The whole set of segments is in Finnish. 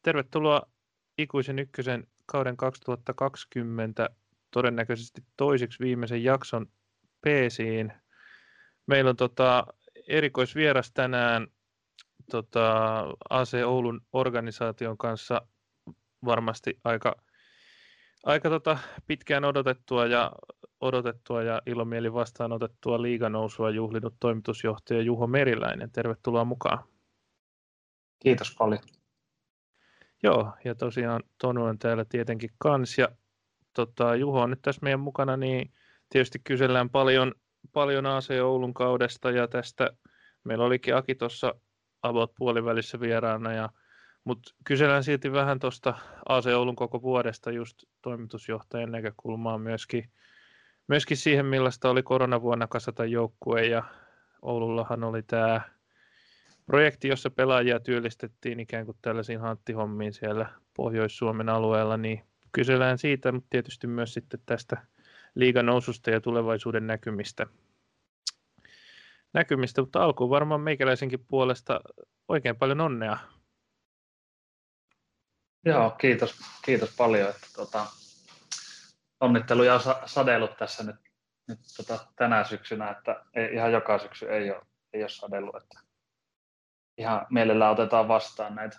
Tervetuloa Ikuisen ykkösen kauden 2020 todennäköisesti toiseksi viimeisen jakson peesiin. Meillä on erikoisvieras tänään AC Oulun organisaation kanssa varmasti aika pitkään odotettua ja ilomieli vastaanotettua liiganousua juhlinut toimitusjohtaja Juho Meriläinen. Tervetuloa mukaan. Kiitos paljon. Joo, ja tosiaan Tonu on täällä tietenkin kans, ja Juho on nyt tässä meidän mukana, niin tietysti kysellään paljon AC Oulun kaudesta, ja tästä meillä olikin Aki tuossa about puolivälissä vieraana, mutta kysellään silti vähän tuosta AC Oulun koko vuodesta just toimitusjohtajan näkökulmaa myöskin siihen, millaista oli koronavuonna kasata joukkue, ja Oulullahan oli tämä projekti, jossa pelaajia työllistettiin ikään kuin tällaisiin hanttihommiin siellä Pohjois-Suomen alueella, niin kysellään siitä, mutta tietysti myös sitten tästä liiganoususta ja tulevaisuuden näkymistä, mutta alkuun varmaan meikäläisenkin puolesta oikein paljon onnea. Joo, kiitos paljon, että onnitteluja on sadellut tässä nyt tänä syksynä, että ihan joka syksy ei ole sadellut, että ihan mielellään otetaan vastaan näitä.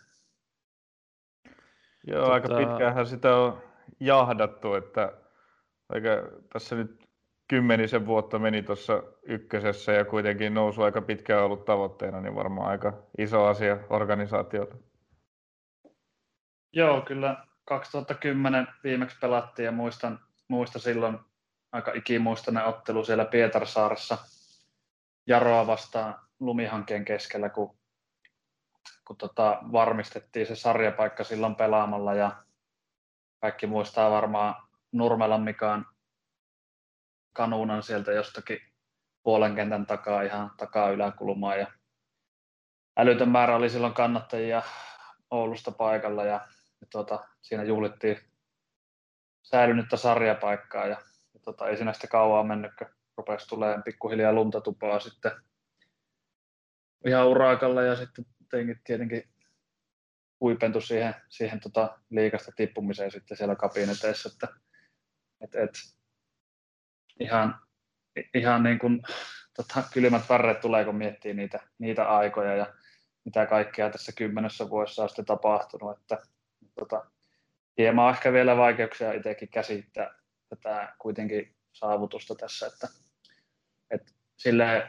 Joo, aika pitkäänhän sitä on jahdattu, että tässä nyt 10 vuotta meni tuossa ykkösessä ja kuitenkin nousu aika pitkään ollut tavoitteena, niin varmaan aika iso asia organisaatiolle. Joo, kyllä 2010 viimeksi pelattiin ja muistan silloin aika ikimuistainen ottelu siellä Pietarsaaressa Jaroa vastaan lumihankkeen keskellä, kun varmistettiin se sarjapaikka silloin pelaamalla, ja kaikki muistaa varmaan Nurmelan Mikan kanuunan sieltä jostakin puolen kentän takaa ihan takaa yläkulmaa, ja älytön määrä oli silloin kannattajia Oulusta paikalla, ja siinä juhlittiin säilynyttä sarjapaikkaa, ja ei siinä sitä kauaa mennyt, kun rupesi tulemaan pikkuhiljaa lunta tupaa sitten ihan urakalla, ja sitten tietenkin huipentui siihen liigasta tippumiseen sitten siellä kabineteissa, että ihan niin kuin kylmät väreet tulee, kun miettii niitä aikoja ja mitä kaikkea tässä 10 vuodessa on sitten tapahtunut, että hieman ehkä vielä vaikeuksia itsekin käsittää tätä kuitenkin saavutusta tässä, että silleen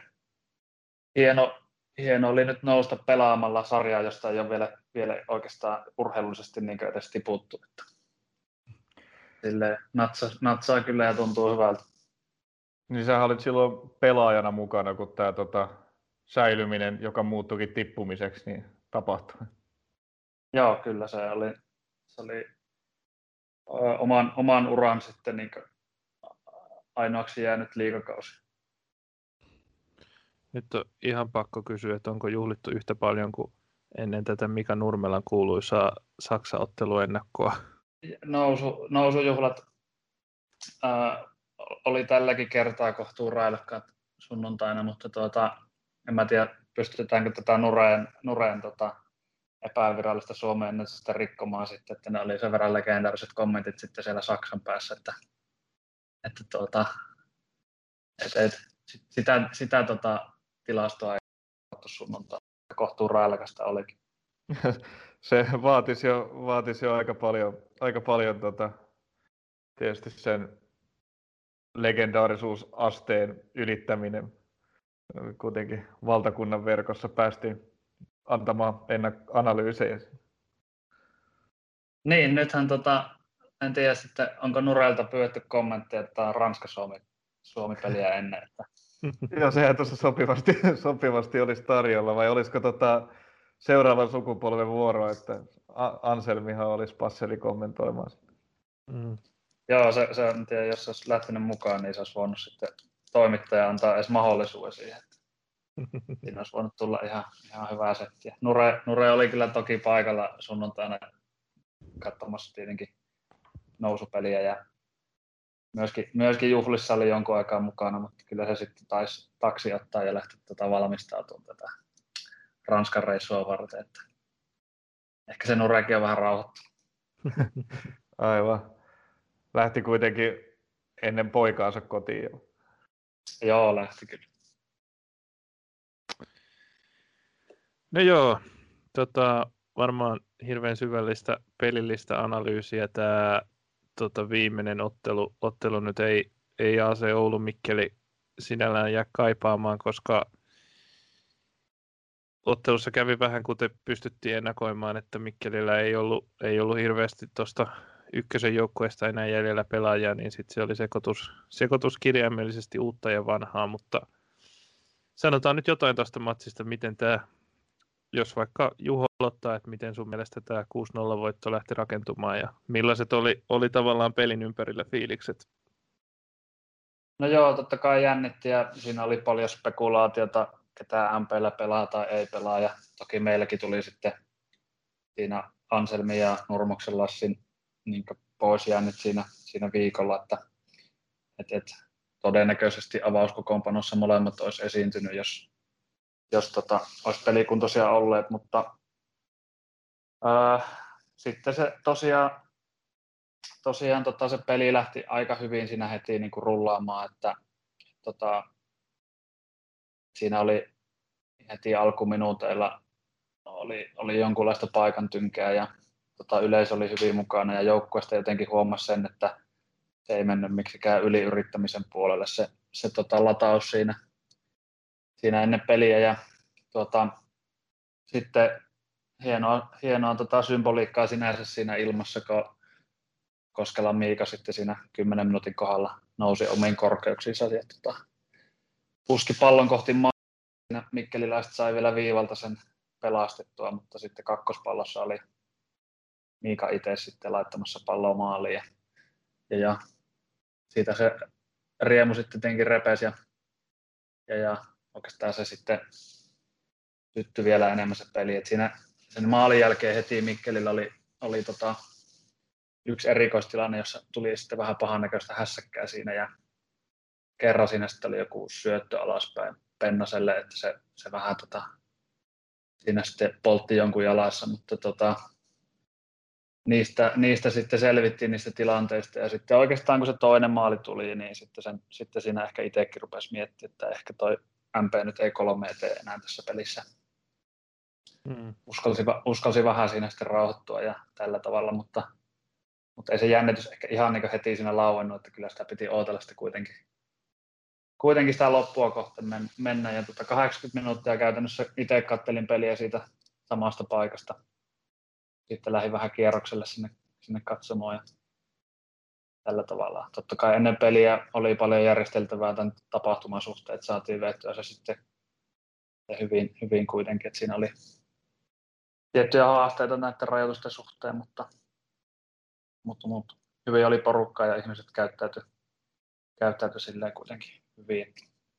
hieno oli nyt nousta pelaamalla sarjaa, josta ei ole vielä oikeastaan urheilullisesti niin edes tiputtu. Silleen natsaa kyllä ja tuntuu hyvältä. Niin sä olit silloin pelaajana mukana, kun tämä säilyminen, joka muuttuikin tippumiseksi, niin tapahtui. Joo, kyllä se oli oman uran sitten niin ainoaksi jäänyt liigakausi. Nyt on ihan pakko kysyä, että onko juhlittu yhtä paljon kuin ennen tätä Mika Nurmelan kuuluisaa Saksa-otteluennakkoa? Nousujuhlat oli tälläkin kertaa kohtuu railakkaat sunnuntaina, mutta en mä tiedä, pystytäänkö tätä Nureen epävirallista Suomen ennätystä rikkomaan sitten, että ne oli sen verran legendaariset kommentit sitten siellä Saksan päässä, että sitä tilastoa ei ottu sunnuntaina, kohtuu railakasta olikin. Se vaatisi jo aika paljon tietysti sen legendaarisuusasteen ylittäminen. Kuitenkin valtakunnan verkossa päästiin antamaan analyysejä. Niin, nythän en tiedä sitten, onko Nurelta pyydetty kommentteja, että on Ranska-Suomi-peliä ennen. Että. Joo, sehän tuossa sopivasti olisi tarjolla, vai olisiko seuraavan sukupolven vuoro, että Anselmihan olisi passeli kommentoimaan. Joo, se en tiedä, jos se olisi lähtenyt mukaan, niin se olisi voinut sitten toimittaja antaa edes mahdollisuuden siihen. Siinä olisi voinut tulla ihan hyvää settiä. Nure oli kyllä toki paikalla sunnuntaina katsomassa tietenkin nousupeliä ja myöskin juhlissa oli jonkun aikaa mukana, mutta kyllä se sitten taisi taksi ottaa ja lähteä valmistautumaan tätä Ranskan reissua varten. Että ehkä se Nurekin on vähän rauhoittunut. Aivan. Lähti kuitenkin ennen poikaansa kotiin jo. Joo, lähti kyllä. No joo, varmaan hirveän syvällistä pelillistä analyysiä tämä viimeinen ottelu nyt ei AC Oulu Mikkeli sinällään jää kaipaamaan, koska ottelussa kävi vähän kuten pystyttiin ennakoimaan, että Mikkelillä ei ollut hirveästi tuosta ykkösen joukkueesta enää jäljellä pelaajia, niin sitten se oli sekoitus kirjaimellisesti uutta ja vanhaa, mutta sanotaan nyt jotain tuosta matsista, miten tämä, jos vaikka Juho aloittaa, että miten sun mielestä tämä 6-0-voitto lähti rakentumaan ja millaiset oli tavallaan pelin ympärillä fiilikset? No joo, totta kai jännitti ja siinä oli paljon spekulaatiota, ketä MP:llä pelaa tai ei pelaa. Ja toki meilläkin tuli sitten siinä Anselmin ja Nurmoksen Lassin niin pois jäänyt siinä viikolla, että todennäköisesti avauskokoonpanossa molemmat olisi esiintynyt, jos olisi pelikuntoisia olleet, mutta sitten se tosiaan se peli lähti aika hyvin siinä heti niin kuin rullaamaan, että siinä oli heti alkuminuuteilla oli jonkunlaista paikan tynkää ja yleisö oli hyvin mukana ja joukkueesta jotenkin huomasi sen, että se ei mennyt miksikään yliyrittämisen puolelle se lataus siinä ennen peliä ja sitten hienoa symboliikkaa sinänsä siinä ilmassa, kun Koskelan Miika sitten siinä 10 minuutin kohdalla nousi omiin korkeuksiinsa ja puski pallon kohti maalia. Mikkeliläiset sai vielä viivalta sen pelastettua, mutta sitten kakkospallossa oli Miika itse sitten laittamassa palloa maaliin ja siitä se riemu sitten tietenkin repesi ja oikeastaan se sitten syttyi vielä enemmän se peli. Et siinä sen maalin jälkeen heti Mikkelillä oli yksi erikoistilanne, jossa tuli sitten vähän pahan näköistä hässäkkää siinä ja kerran siinä sitten oli joku syöttö alaspäin Pennaselle, että se vähän siinä sitten poltti jonkun jalassa, mutta niistä sitten selvittiin niistä tilanteista ja sitten oikeastaan kun se toinen maali tuli, niin sitten siinä ehkä itsekin rupesi miettimään, että ehkä toi MP nyt ei 3 tee enää tässä pelissä. Uskalsi vähän siinä sitten rauhoittua ja tällä tavalla, mutta ei se jännitys ehkä ihan niin heti siinä lauennut, että kyllä sitä piti odotella sitten kuitenkin sitä loppua kohta mennä. Ja 80 minuuttia käytännössä itse kattelin peliä siitä samasta paikasta. Sitten lähdin vähän kierrokselle sinne katsomaan ja tällä tavalla. Totta kai ennen peliä oli paljon järjesteltävää tämän tapahtuman suhteen, että saatiin vettyä se sitten hyvin kuitenkin, että siinä oli tiettyjä haasteita näiden rajoitusten suhteen, mutta hyvin oli porukkaa ja ihmiset käyttäytyi silleen kuitenkin hyvin.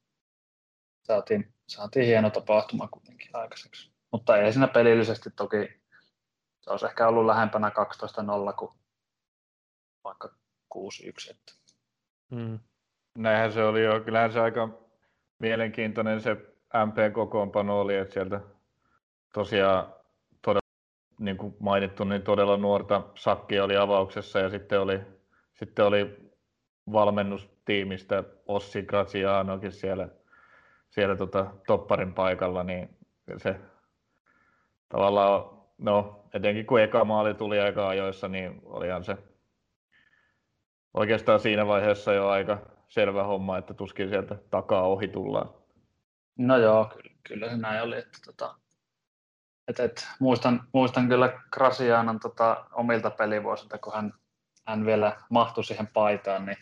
Saatiin hieno tapahtuma kuitenkin aikaiseksi. Mutta ei siinä pelillisesti toki, se olisi ehkä ollut lähempänä 12-0 kuin vaikka 6-1. Näinhän se oli jo. Kyllähän se aika mielenkiintoinen se MP-kokoonpano oli, että sieltä tosiaan todella, niin kuin mainittu, niin todella nuorta sakkia oli avauksessa ja sitten oli valmennustiimistä Ossi Grazianokin siellä topparin paikalla, niin se tavallaan, no etenkin kun eka maali tuli aika ajoissa, niin olihan se oikeastaan siinä vaiheessa jo aika selvä homma, että tuskin sieltä takaa ohi tullaan. No joo, kyllä se näin oli, että muistan kyllä Grazianon omilta pelivuosilta, kun hän vielä mahtui siihen paitaan, niin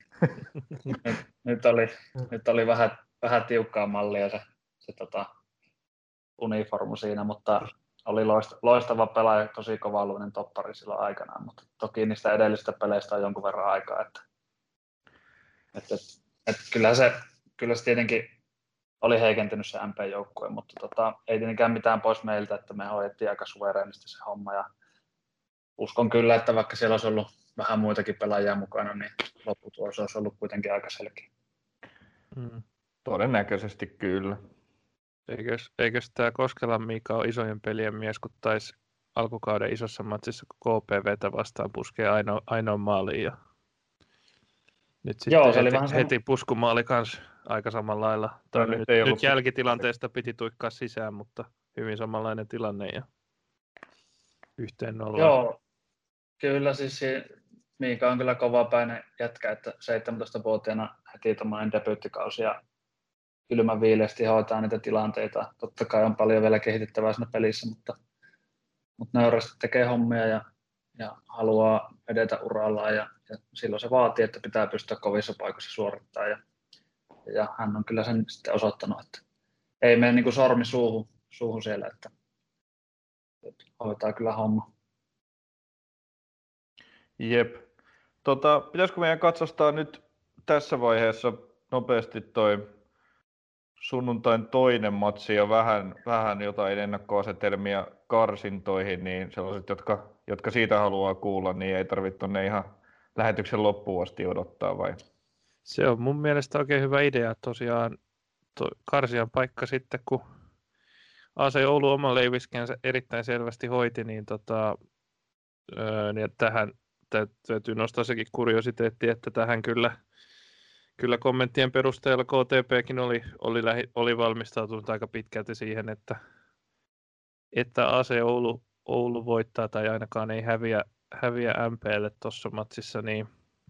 nyt oli vähän tiukkaa mallia se uniformu siinä, mutta oli loistava pelaaja, tosi kova-luinen toppari silloin aikanaan, mutta toki niistä edellisistä peleistä on jonkun verran aikaa, että kyllä se tietenkin oli heikentynyt se MP-joukkue, mutta ei tietenkään mitään pois meiltä, että me hoidettiin aika suvereenisti se homma ja uskon kyllä, että vaikka siellä olisi ollut vähän muitakin pelaajia mukana, niin lopputulos olisi ollut kuitenkin aika selkeä. Todennäköisesti kyllä. Eikös tämä Koskelan Miika ole isojen pelien mies, kun taisi alkukauden isossa matsissa, kun KPVtä vastaan puskee ainoa maaliin. Ja nyt Joo, sitten se oli vähän heti puskumaali kanssa aika samalla lailla. Nyt jälkitilanteesta piti tuikkaa sisään, mutta hyvin samanlainen tilanne ja 1-0. Joo, kyllä siis Miika on kyllä kovapäinen jätkä, että 17-vuotiaana heti tuommoinen debyyttikausi ja kylmän viileästi hoitaa niitä tilanteita. Totta kai on paljon vielä kehitettävää siinä pelissä, mutta nöyrästi tekee hommia ja haluaa edetä urallaan ja silloin se vaatii, että pitää pystyä kovissa paikoissa suorittamaan ja hän on kyllä sen sitten osoittanut, että ei mene niin kuin sormi suuhun siellä, että hoitaa kyllä homma. Jep. Pitäisikö meidän katsastaa nyt tässä vaiheessa nopeasti toi sunnuntain toinen matsi ja vähän jotain ennakkoasetelmia karsintoihin, niin sellaiset, jotka siitä haluaa kuulla, niin ei tarvitse tuonne ihan lähetyksen loppuun asti odottaa vai? Se on mun mielestä oikein hyvä idea. Tosiaan karsian paikka sitten, kun AC Oulu oman leiviskensä erittäin selvästi hoiti, niin ja tähän täytyy nostaa sekin kuriositeetti, että tähän kyllä kommenttien perusteella KTPkin oli valmistautunut aika pitkälti siihen, että AC Oulu voittaa tai ainakaan ei häviä MP:lle tuossa matsissa, niin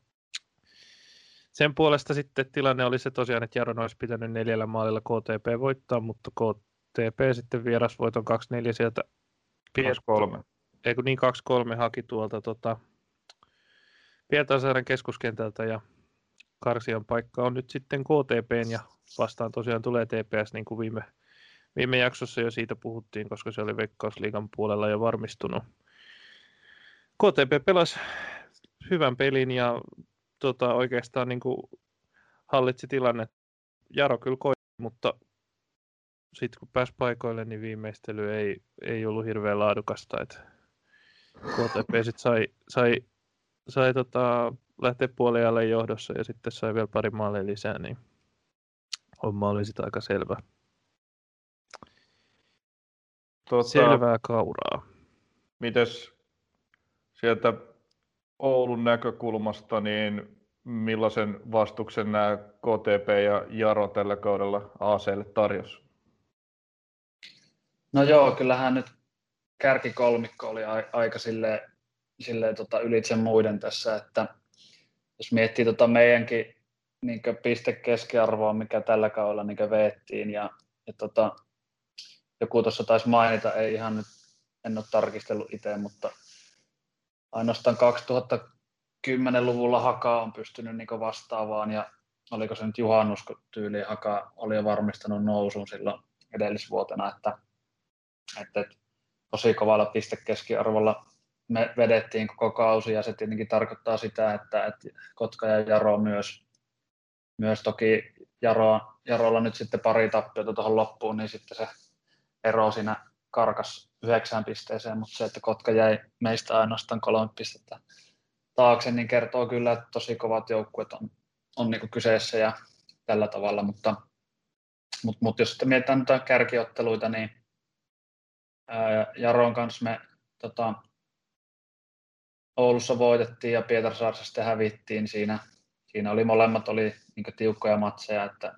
sen puolesta sitten tilanne oli se tosiaan, että Jaron olisi pitänyt 4 maalilla KTP voittaa, mutta KTP sitten vierasvoiton 2-4 sieltä 2-3. Eikö niin 2-3 haki tuolta Pietarsaaren keskuskentältä ja karsian paikka on nyt sitten KTP:n ja vastaan tosiaan tulee TPS, niin kuin viime jaksossa jo siitä puhuttiin, koska se oli Veikkausliigan puolella jo varmistunut. KTP pelasi hyvän pelin ja oikeastaan niin kuin hallitsi tilanne. Jaro kyllä koitti, mutta sitten kun pääsi paikoille, niin viimeistely ei ollut hirveän laadukasta. KTP sitten sai lähteä puoliajalle johdossa ja sitten sai vielä pari maalia lisää, niin homma oli sitten aika selvä. Selvää kauraa. Mites sieltä Oulun näkökulmasta, niin millaisen vastuksen nämä KTP ja Jaro tällä kaudella AC:lle tarjosi? No joo, kyllähän nyt kärkikolmikko oli aika silleen ylitse muiden tässä, että jos miettii meidänkin niin pistekeskiarvoa, mikä tällä kaudella niin veettiin ja joku tuossa taisi mainita, ei ihan nyt, en ole tarkistellut itse, mutta ainoastaan 2010-luvulla Haka on pystynyt niin vastaavaan ja oliko se nyt juhannus, kun tyyliin Haka oli jo varmistanut nousun silloin edellisvuotena, että tosi kovalla pistekeskiarvolla me vedettiin koko kausi ja se tietenkin tarkoittaa sitä, että Kotka ja Jaro myös toki Jarolla nyt sitten pari tappiota tuohon loppuun, niin sitten se ero siinä karkas 9 pisteeseen, mutta se, että Kotka jäi meistä ainoastaan 3 pistettä taakse, niin kertoo kyllä, että tosi kovat joukkueet on niin kuin kyseessä ja tällä tavalla, mutta jos sitten mietitään noita kärkiotteluita, niin Jaron kanssa me Oulussa voitettiin ja Pietarsaaressa sitten hävittiin. Siinä oli molemmat oli niin tiukkoja matseja, että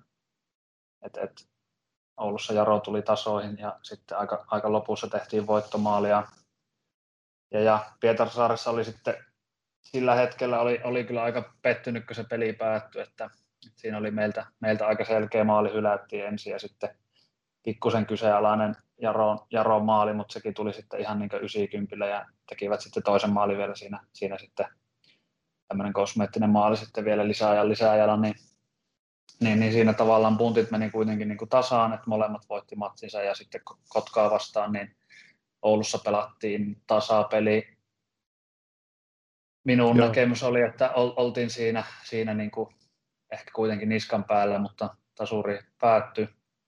Oulussa Jaro tuli tasoihin ja sitten aika lopussa tehtiin voittomaalia. Ja Pietarsaaressa oli sitten sillä hetkellä oli kyllä aika pettynyt, kun se peli päättyi, että siinä oli meiltä aika selkeä maali hylättiin ensin ja sitten pikkusen kyseenalainen Jaron maali, mutta sekin tuli sitten ihan niin kuin 90 ja tekivät sitten toisen maalin vielä siinä sitten tämmöinen kosmeettinen maali sitten vielä lisäajalla, niin siinä tavallaan puntit meni kuitenkin niin kuin tasaan, että molemmat voitti matsinsa ja sitten Kotkaa vastaan, niin Oulussa pelattiin tasapeli. Minun näkemys oli, että oltiin siinä niin kuin ehkä kuitenkin niskan päällä, mutta tasuri päättyi.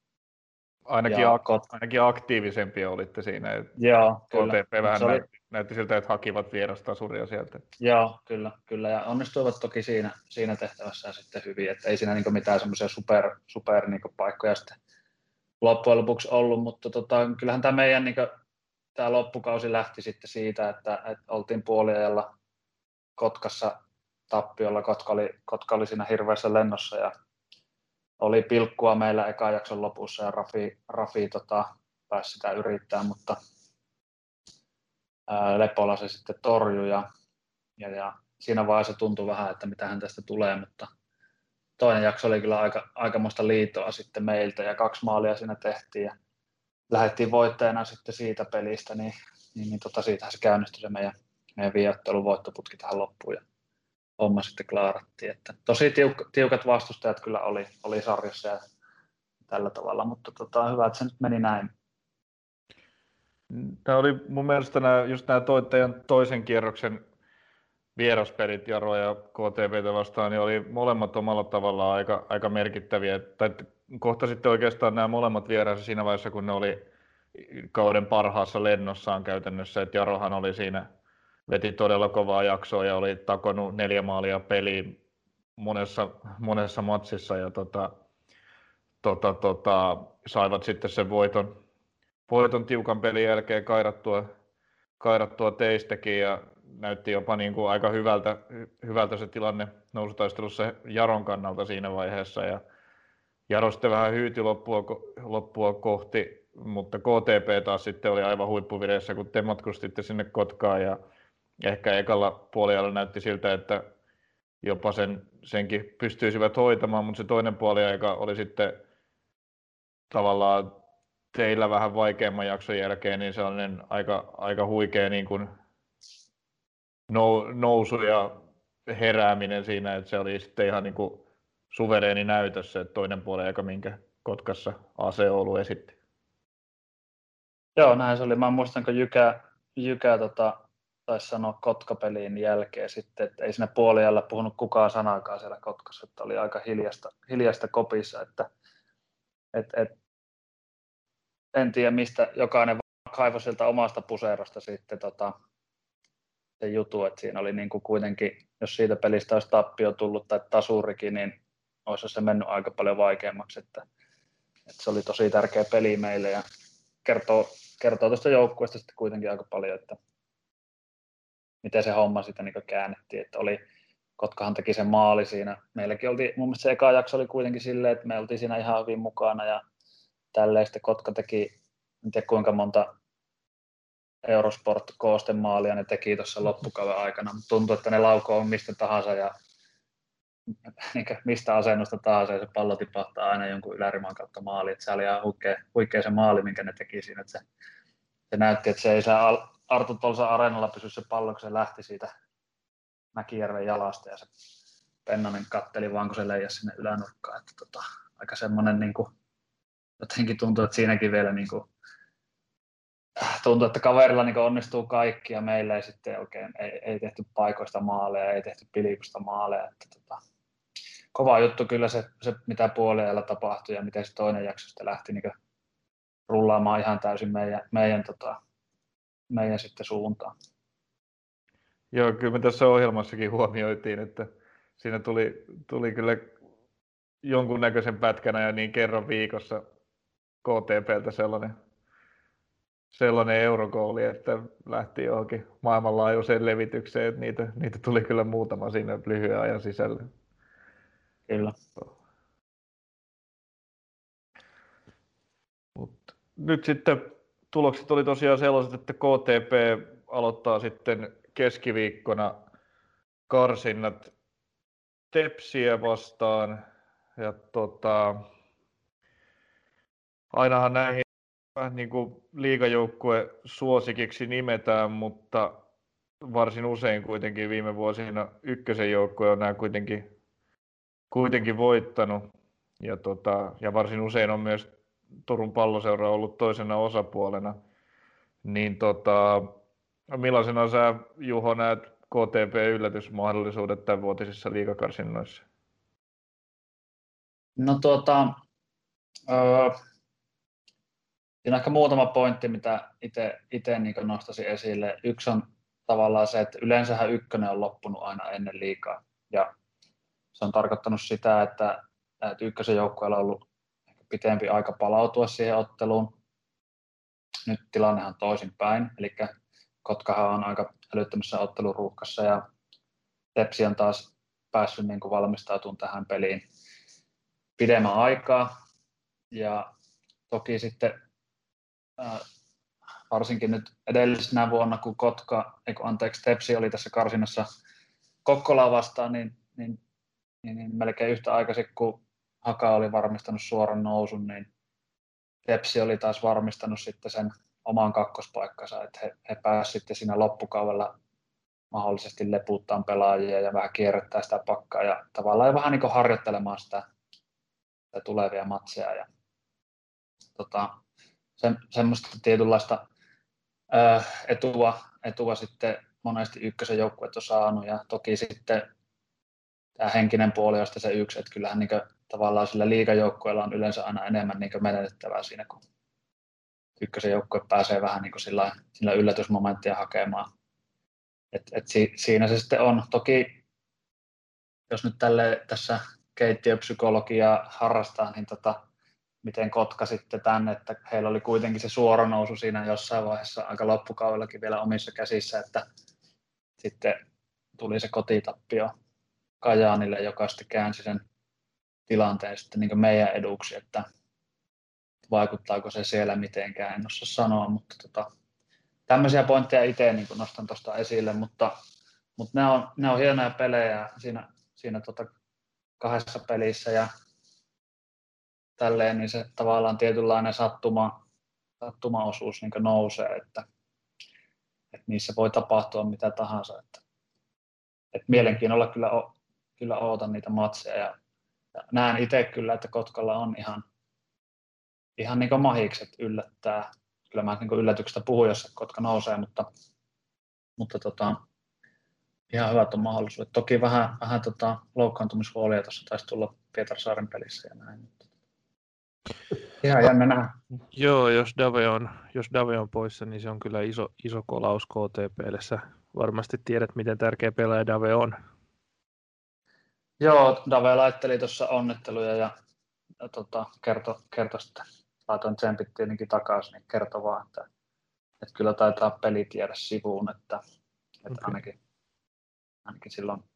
Ainakin aktiivisempia olitte siinä. Joo, kyllä. KTP vähän näytti siltä, että hakivat vierastasuria sieltä. Joo, kyllä. Ja onnistuivat toki siinä tehtävässä sitten hyvin, että ei siinä niin mitään semmoisia super niin paikkoja sitten loppujen lopuksi ollut, mutta kyllähän tämä meidän niin tämä loppukausi lähti sitten siitä, että oltiin puoliajalla Kotkassa tappiolla. Kotka oli siinä hirveässä lennossa ja oli pilkkua meillä ekan jakson lopussa ja Rafi pääsi sitä yrittämään, mutta Lepola se sitten torjui ja siinä vaiheessa tuntui vähän, että mitähän tästä tulee, mutta toinen jakso oli kyllä aikamoista liitoa sitten meiltä ja 2 maalia siinä tehtiin ja lähdettiin voittajana sitten siitä pelistä, niin siitähän se käynnistyi se meidän viiottelun voittoputki tähän loppuun ja homma sitten klaarattiin. Että tosi tiukat vastustajat kyllä oli sarjassa ja tällä tavalla, mutta hyvä, että se nyt meni näin. Tämä oli mun mielestä just nämä teidän toisen kierroksen vieraspelit Jaro ja KTP:tä vastaan, niin oli molemmat omalla tavallaan aika merkittäviä. Tai kohtasitte oikeastaan nämä molemmat vieraansa siinä vaiheessa, kun ne oli kauden parhaassa lennossaan käytännössä. Että Jarohan oli siinä, veti todella kovaa jaksoa ja oli takonut 4 maalia peliin monessa matsissa ja saivat sitten sen voiton tiukan pelin jälkeen kairattua teistäkin ja näytti jopa niin kuin aika hyvältä se tilanne nousutaistelussa Jaron kannalta siinä vaiheessa ja Jaro sitten vähän hyyti loppua kohti, mutta KTP taas sitten oli aivan huippuvireessä, kun te matkustitte sinne Kotkaan ja ehkä ekalla puoliajalla näytti siltä, että jopa senkin pystyisivät hoitamaan, mutta se toinen puoliaika oli sitten tavallaan teillä vähän vaikeamman jakson jälkeen niin sellainen aika huikea niin kuin nousu ja herääminen siinä, että se oli sitten ihan niin kuin suvereeni näytös se toinen puoliaika, minkä Kotkassa AC Oulu esitti. Joo, näin se oli. Mä muistan, kun Jykä taisi sanoa Kotka-pelin jälkeen sitten, että ei siinä puoliajalla puhunut kukaan sanaakaan siellä Kotkassa, että oli aika hiljasta kopissa, että en tiedä mistä jokainen kaivoi sieltä omasta puserosta sitten se jutu, että siinä oli niin kuin kuitenkin, jos siitä pelistä olisi tappio tullut tai tasurikin, niin olisi se mennyt aika paljon vaikeammaksi, että se oli tosi tärkeä peli meille ja kertoo tuosta joukkueesta sitten kuitenkin aika paljon, että miten se homma sitten niin käännettiin, että Kotkahan teki sen maali siinä. Meilläkin oltiin, mun mielestä se eka jakso oli kuitenkin silleen, että me oltiin siinä ihan hyvin mukana ja tälleen sitten Kotka teki, en tiedä kuinka monta Eurosport-koosten maalia ne teki tuossa loppukauden aikana, mutta tuntui, että ne laukoo mistä tahansa ja niin mistä asennosta tahansa ja se pallo tipahtaa aina jonkun yläriman kautta maaliin. Se oli ihan huikea se maali, minkä ne teki siinä. Että se näytti, että se ei saa Arto Tolsan areenalla pysyä se pallo, kun se lähti siitä Mäkijärven jalasta ja se Pennanen katteli vaan, kun se leijasi sinne ylänurkkaan. Että aika semmoinen, niin kuin, jotenkin tuntuu, että siinäkin vielä niin kuin, tuntuu, että kaverilla niin onnistuu kaikki ja meillä ei sitten oikein, ei tehty paikoista maaleja, ei tehty pilikusta maaleja. Että kova juttu kyllä se mitä puoliajalla tapahtui ja miten se toinen jakso sitten lähti niin rullaamaan ihan täysin meidän sitten suuntaan. Joo, kyllä me tässä ohjelmassakin huomioitiin, että siinä tuli kyllä jonkunnäköisen pätkänä ja niin kerran viikossa KTP:ltä sellainen eurogoali, että lähti johonkin maailmanlaajuiseen levitykseen, että niitä tuli kyllä muutama siinä lyhyen ajan sisällä. Kyllä. Mut nyt sitten tulokset oli tosiaan sellaiset, että KTP aloittaa sitten keskiviikkona karsinnat Tepsiä vastaan ja ainahan näihin niin kuin liigajoukkue suosikiksi nimetään, mutta varsin usein kuitenkin viime vuosina ykkösen joukkue on nämä kuitenkin voittanut ja varsin usein on myös Turun Palloseura ollut toisena osapuolena. Niin millaisena sä, Juho, näet KTP-yllätysmahdollisuudet tämänvuotisissa liigakarsinnoissa? No siinä on ehkä muutama pointti, mitä itse niin nostaisin esille. Yksi on tavallaan se, että yleensähän ykkönen on loppunut aina ennen liigaa. Ja se on tarkoittanut sitä, että ykkösen joukkueella on ollut pitempi aika palautua siihen otteluun. nyt tilanne on toisinpäin, eli Kotkahan on aika älyttömässä otteluruuhkassa ja Tepsi on taas päässyt niin kuin valmistautumaan tähän peliin pidemmän aikaa. Ja toki sitten varsinkin nyt edellisenä vuonna, kun Tepsi oli tässä karsinnassa Kokkolaa vastaan, niin melkein yhtä aikaisin, kun Haka oli varmistanut suoran nousun, niin Tepsi oli taas varmistanut sitten sen oman kakkospaikkansa, että he pääsivät sitten siinä loppukaudella mahdollisesti lepuuttaan pelaajia ja vähän kierrättää sitä pakkaa ja tavallaan vähän niin kuin harjoittelemaan sitä tulevia matseja. Ja, semmoista tietynlaista etua sitten monesti ykkösen joukkueet on saanut ja toki sitten tämä henkinen puoli on sitten se yksi, että kyllähän niin kuin, tavallaan sillä liigajoukkueella on yleensä aina enemmän niin kuin menetettävää siinä, kun ykkösen joukkue pääsee vähän niin kuin sillä yllätysmomenttia hakemaan. Siinä se sitten on. Toki jos nyt tässä keittiöpsykologiaa harrastaa, niin miten Kotka sitten tänne, että heillä oli kuitenkin se suora nousu siinä jossain vaiheessa aika loppukaudellakin vielä omissa käsissä, että sitten tuli se kotitappio Kajaanille, joka sitten käänsi sen tilanteen sitten niin kuin meidän eduksi, että vaikuttaako se siellä mitenkään, en osaa sanoa, mutta tämmöisiä pointteja itse niin nostan tuosta esille, mutta ne on hienoja pelejä siinä kahdessa pelissä ja tälleen, niin se tavallaan tietynlainen sattumaosuus niin nousee, että niissä voi tapahtua mitä tahansa. Että mielenkiinnolla kyllä ootan niitä matseja ja näen itse kyllä, että Kotkalla on ihan niin kuin mahikset yllättää. Kyllä mä niin yllätyksestä puhun, jos Kotka nousee, mutta ihan hyvät on mahdollisuudet. Toki vähän loukkaantumishuolia tuossa taisi tulla Pietarsaaren pelissä ja näin. Ihan jännä nähdä. Joo, jos Dave on poissa, niin se on kyllä iso kolaus KTP:lle. Sä varmasti tiedät, miten tärkeä pelaaja Dave on. Joo, Dave laitteli tuossa onnitteluja ja kertoi sitten, laitoin tsempit tietenkin takaisin, niin kertoi vaan, että kyllä taitaa pelit jäädä sivuun, että okay. ainakin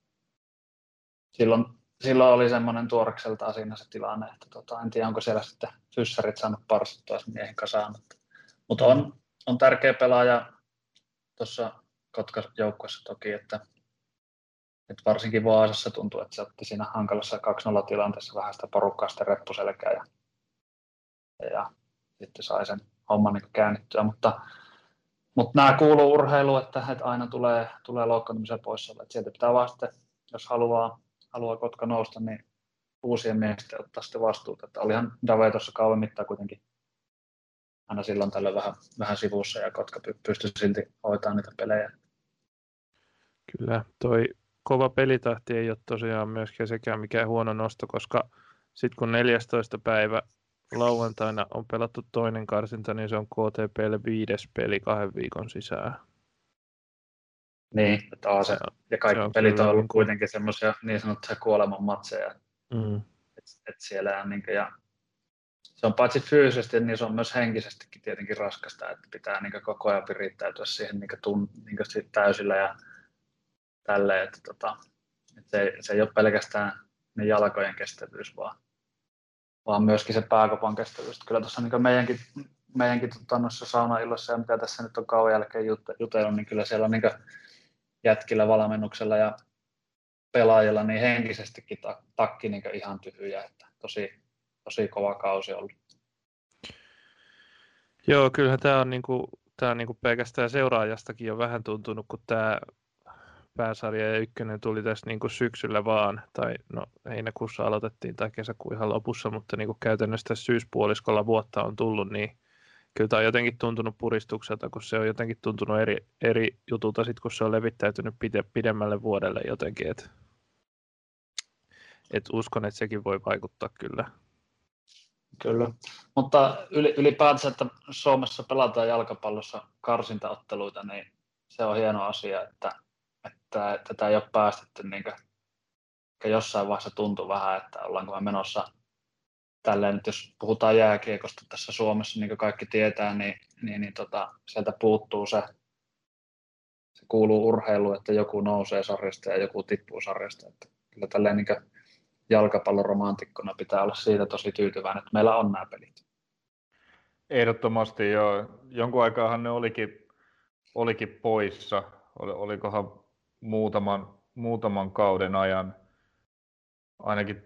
silloin oli semmoinen tuorekseltaan siinä se tilanne, että en tiedä, onko siellä sitten fyssarit saanut parsittua miehen kasaan, mutta on tärkeä pelaaja tuossa Kotka-joukkueessa toki, että varsinkin Vaasassa tuntuu, että se otti siinä hankalassa 2-0 tilanteessa vähän sitä porukkaa sitten reppuselkää ja sitten sai sen homman niin käännettyä, mutta nämä kuuluu urheiluun, että aina tulee loukkaantumisen poissaolo, että sieltä pitää vaan sitten, jos haluaa Kotka nousta, niin uusien miesten ottaa sitten vastuuta, että olihan Dave tuossa kauan mittaan kuitenkin aina silloin tällöin vähän sivussa ja Kotka pystyi silti hoitamaan niitä pelejä. Kyllä, toi kova pelitahti ei ole tosiaan myöskään sekään mikään huono nosto, koska sitten kun 14. päivä lauantaina on pelattu toinen karsinta, niin se on KTP:lle 5. peli 2 viikon sisään. Niin, että ja kaikki pelit on ollut kuitenkin semmoisia niin sanottuja kuolemanmatseja. Että siellä on ja se on paitsi fyysisesti, niin se on myös henkisestikin tietenkin raskasta, että pitää koko ajan virittäytyä siihen täysillä ja tälleen, että se ei ole pelkästään niin jalkojen kestävyys, vaan myöskin se pääkopan kestävyys. Kyllä tuossa meidänkin noissa saunailloissa ja mitä tässä nyt on kauan jälkeen jutellut, niin kyllä siellä on jätkillä valmennuksella ja pelaajilla niin henkisestikin takki ihan tyhjä, että tosi kova kausi ollut. Joo, kyllähän tämä on pelkästään seuraajastakin jo vähän tuntunut, kun tämä pääsarja ja ykkönen tuli tässä syksyllä vaan, tai no heinäkuussa aloitettiin tai kesäkuun ihan lopussa, mutta käytännössä tässä syyspuoliskolla vuotta on tullut, niin kyllä tämä on jotenkin tuntunut puristukselta, kun se on jotenkin tuntunut eri jutulta sit, kun se on levittäytynyt pidemmälle vuodelle jotenkin, et uskon, että sekin voi vaikuttaa kyllä. Kyllä, mutta ylipäätään, että Suomessa pelataan jalkapallossa karsintaotteluita, niin se on hieno asia, että tätä ei ole päästetty, jossain vaiheessa tuntui vähän, että ollaanko me tälleen nyt jos puhutaan jääkiekosta tässä Suomessa, niin kuin kaikki tietää, niin sieltä puuttuu se kuuluu urheiluun, että joku nousee sarjasta ja joku tippuu sarjasta. Että kyllä tälleen niin jalkapalloromantikkona pitää olla siitä tosi tyytyväinen, että meillä on nämä pelit. Ehdottomasti joo. Jonkun aikaahan ne olikin poissa. Olikohan muutaman kauden ajan. Ainakin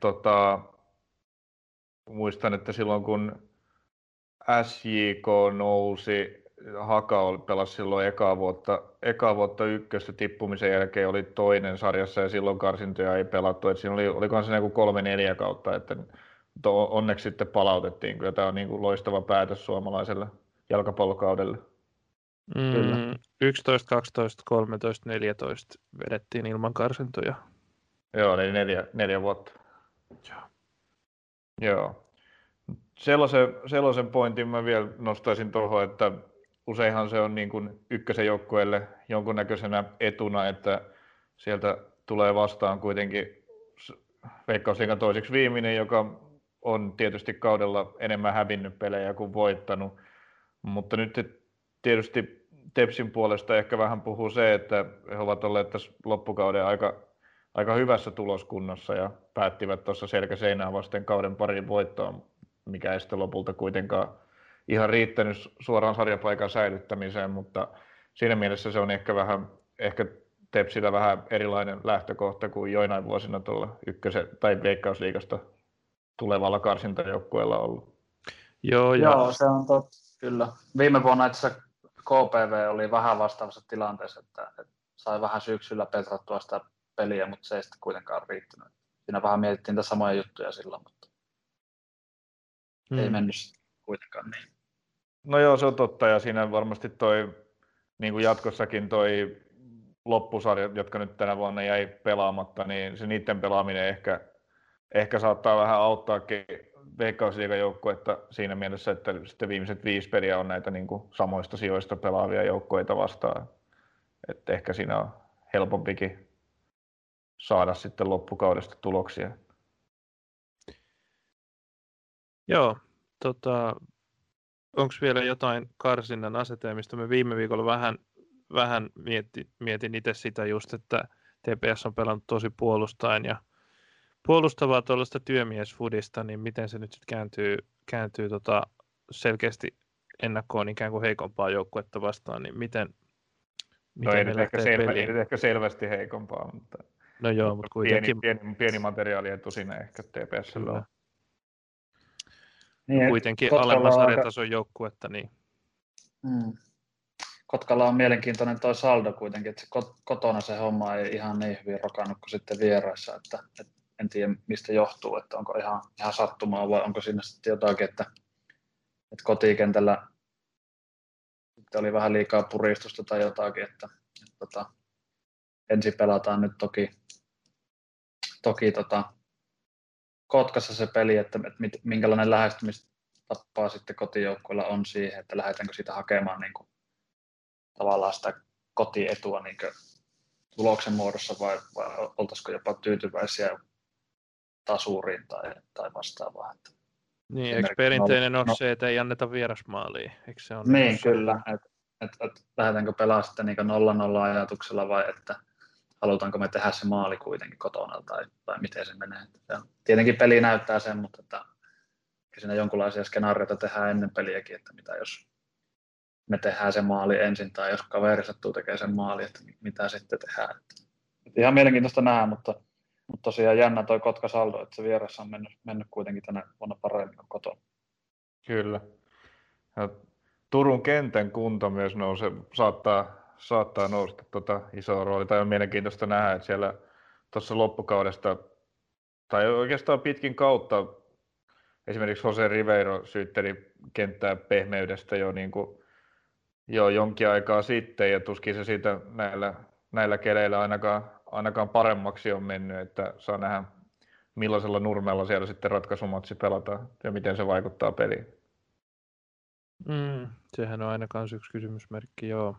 muistan, että silloin kun SJK nousi, Haka pelasi silloin ekaa vuotta ykköstä, tippumisen jälkeen oli toinen sarjassa ja silloin karsintoja ei pelattu. Siinä olikohan se 3-4 kautta, että onneksi sitten palautettiin. Kyllä tämä on niin kuin loistava päätös suomalaiselle jalkapallokaudelle. Kyllä. 11, 12, 13, 14 vedettiin ilman karsintoja. Joo, eli 4 vuotta. Joo. Sellaisen pointin mä vielä nostaisin tuohon, että useinhan se on niin kuin ykkösen joukkueelle jonkunnäköisenä etuna, että sieltä tulee vastaan kuitenkin Veikkausliigan toiseksi viimeinen, joka on tietysti kaudella enemmän hävinnyt pelejä kuin voittanut. Mutta nyt tietysti Tepsin puolesta ehkä vähän puhuu se, että he ovat olleet tässä loppukauden aika hyvässä tuloskunnossa ja päättivät tuossa selkäseinää vasten kauden parin voittoon, mikä ei sitten lopulta kuitenkaan ihan riittänyt suoraan sarjapaikan säilyttämiseen, mutta siinä mielessä se on ehkä Tepsillä vähän erilainen lähtökohta kuin joinain vuosina tuolla tai Veikkausliigasta tulevalla karsintajoukkueella ollut. Joo, se on totta, kyllä. Viime vuonna itse asiassa KPV oli vähän vastaavassa tilanteessa, että sai vähän syksyllä petrattua sitä peliä, mutta se ei sitten kuitenkaan riittänyt. Siinä vähän mietittiin niitä samoja juttuja silloin, mutta ei mennyt kuitenkaan niin. No joo, se on totta, ja siinä varmasti niin kuin jatkossakin loppusarjat, jotka nyt tänä vuonna jäi pelaamatta, niin se niiden pelaaminen ehkä saattaa vähän auttaakin Veikkausliigan joukkuetta siinä mielessä, että sitten viimeiset 5 peliä on näitä niin kuin samoista sijoista pelaavia joukkueita vastaan. Että ehkä siinä on helpompikin saada sitten loppukaudesta tuloksia. Joo, onko vielä jotain karsinnan asetelmista? Me viime viikolla vähän mietin itse sitä just, että TPS on pelannut tosi puolustaen ja puolustavaa tuollaista työmiesfudista, niin miten se nyt sitten kääntyy selkeästi ennakkoon ikään kuin heikompaa joukkuetta vastaan, niin miten ei me nyt ehkä selvästi heikompaa, mutta, no joo, mutta kuitenkin pieni materiaalietu siinä ehkä TPS:llä on. Niin, kuitenkin alemman sarjatason joukkuetta. Niin. Kotkalla on mielenkiintoinen toi saldo kuitenkin, että kotona se homma ei ihan niin hyvin rokannut kuin sitten vieraissa, että en tiedä mistä johtuu, että onko ihan sattumaa vai onko siinä sitten jotakin, että kotikentällä oli vähän liikaa puristusta tai jotakin, että ensin pelataan nyt toki Kotkassa se peli, että minkälainen lähestymistapa sitten kotijoukkueella on siihen, että lähdetäänkö siitä hakemaan niin kuin, tavallaan sitä kotietua niin kuin tuloksen muodossa vai oltaisiko jopa tyytyväisiä tasuriin tai vastaavaa. Niin, eikö perinteinen ole se, että ei anneta vierasmaalia? Eikö se ole niin, kyllä. Että lähdetäänkö pelaa sitten niin 0-0 ajatuksella vai että halutaanko me tehdä se maali kuitenkin kotona tai miten se menee. Tietenkin peli näyttää sen, mutta että siinä jonkinlaisia skenaarioita tehdään ennen peliäkin, että mitä jos me tehdään se maali ensin tai jos kaveri sattuu tekemään sen maali, että mitä sitten tehdään. Että ihan mielenkiintoista nähdä, mutta tosiaan jännä toi Kotka-saldo, että se vieressä on mennyt kuitenkin tänä vuonna paremmin kuin kotona. Kyllä. Ja Turun kentän kunto myös saattaa nousta isoa roolia. Tai on mielenkiintoista nähdä, että siellä tuossa loppukaudesta, tai oikeastaan pitkin kautta, esimerkiksi Jose Ribeiro syytteli kenttää pehmeydestä jo jonkin aikaa sitten, ja tuskin se siitä näillä keleillä ainakaan paremmaksi on mennyt, että saa nähdä millaisella nurmella siellä sitten ratkaisumatsi pelataan ja miten se vaikuttaa peliin. Sehän on aina kans yksi kysymysmerkki, joo.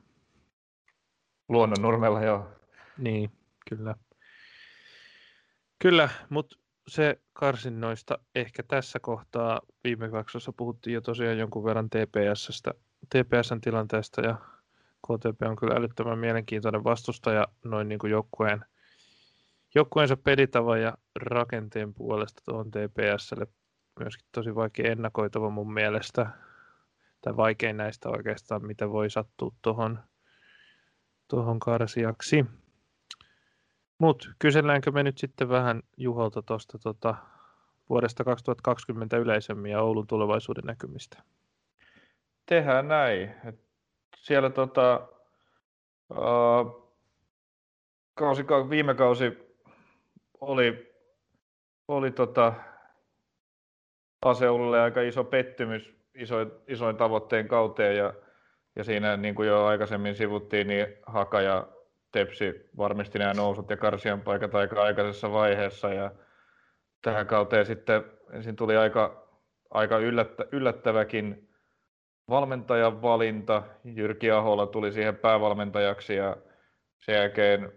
Luonnon nurmella, joo. Niin, kyllä. Kyllä, mutta se karsinnoista ehkä tässä kohtaa. Viime jaksossa puhuttiin jo tosiaan jonkun verran TPS:n tilanteesta ja KTP on kyllä älyttömän mielenkiintoinen vastustaja noin niin kuin joukkueensa pelitavan ja rakenteen puolesta tuohon TPS:lle myöskin tosi vaikea ennakoitava mun mielestä. Tai vaikein näistä oikeastaan, mitä voi sattua tuohon karsiaksi. Mutta kyselläänkö me nyt sitten vähän Juholta tuosta vuodesta 2020 yleisemmin ja Oulun tulevaisuuden näkymistä? Tehdään näin. Siellä viime kausi oli AC Oululle aika iso pettymys isoin tavoitteen kauteen ja siinä niin kuin jo aikaisemmin sivuttiin, niin Haka ja Tepsi varmisti nämä nousut ja karsian paikat aika aikaisessa vaiheessa ja tähän kauteen sitten ensin tuli aika yllättäväkin valmentajan valinta. Jyrki Ahola tuli siihen päävalmentajaksi ja sen jälkeen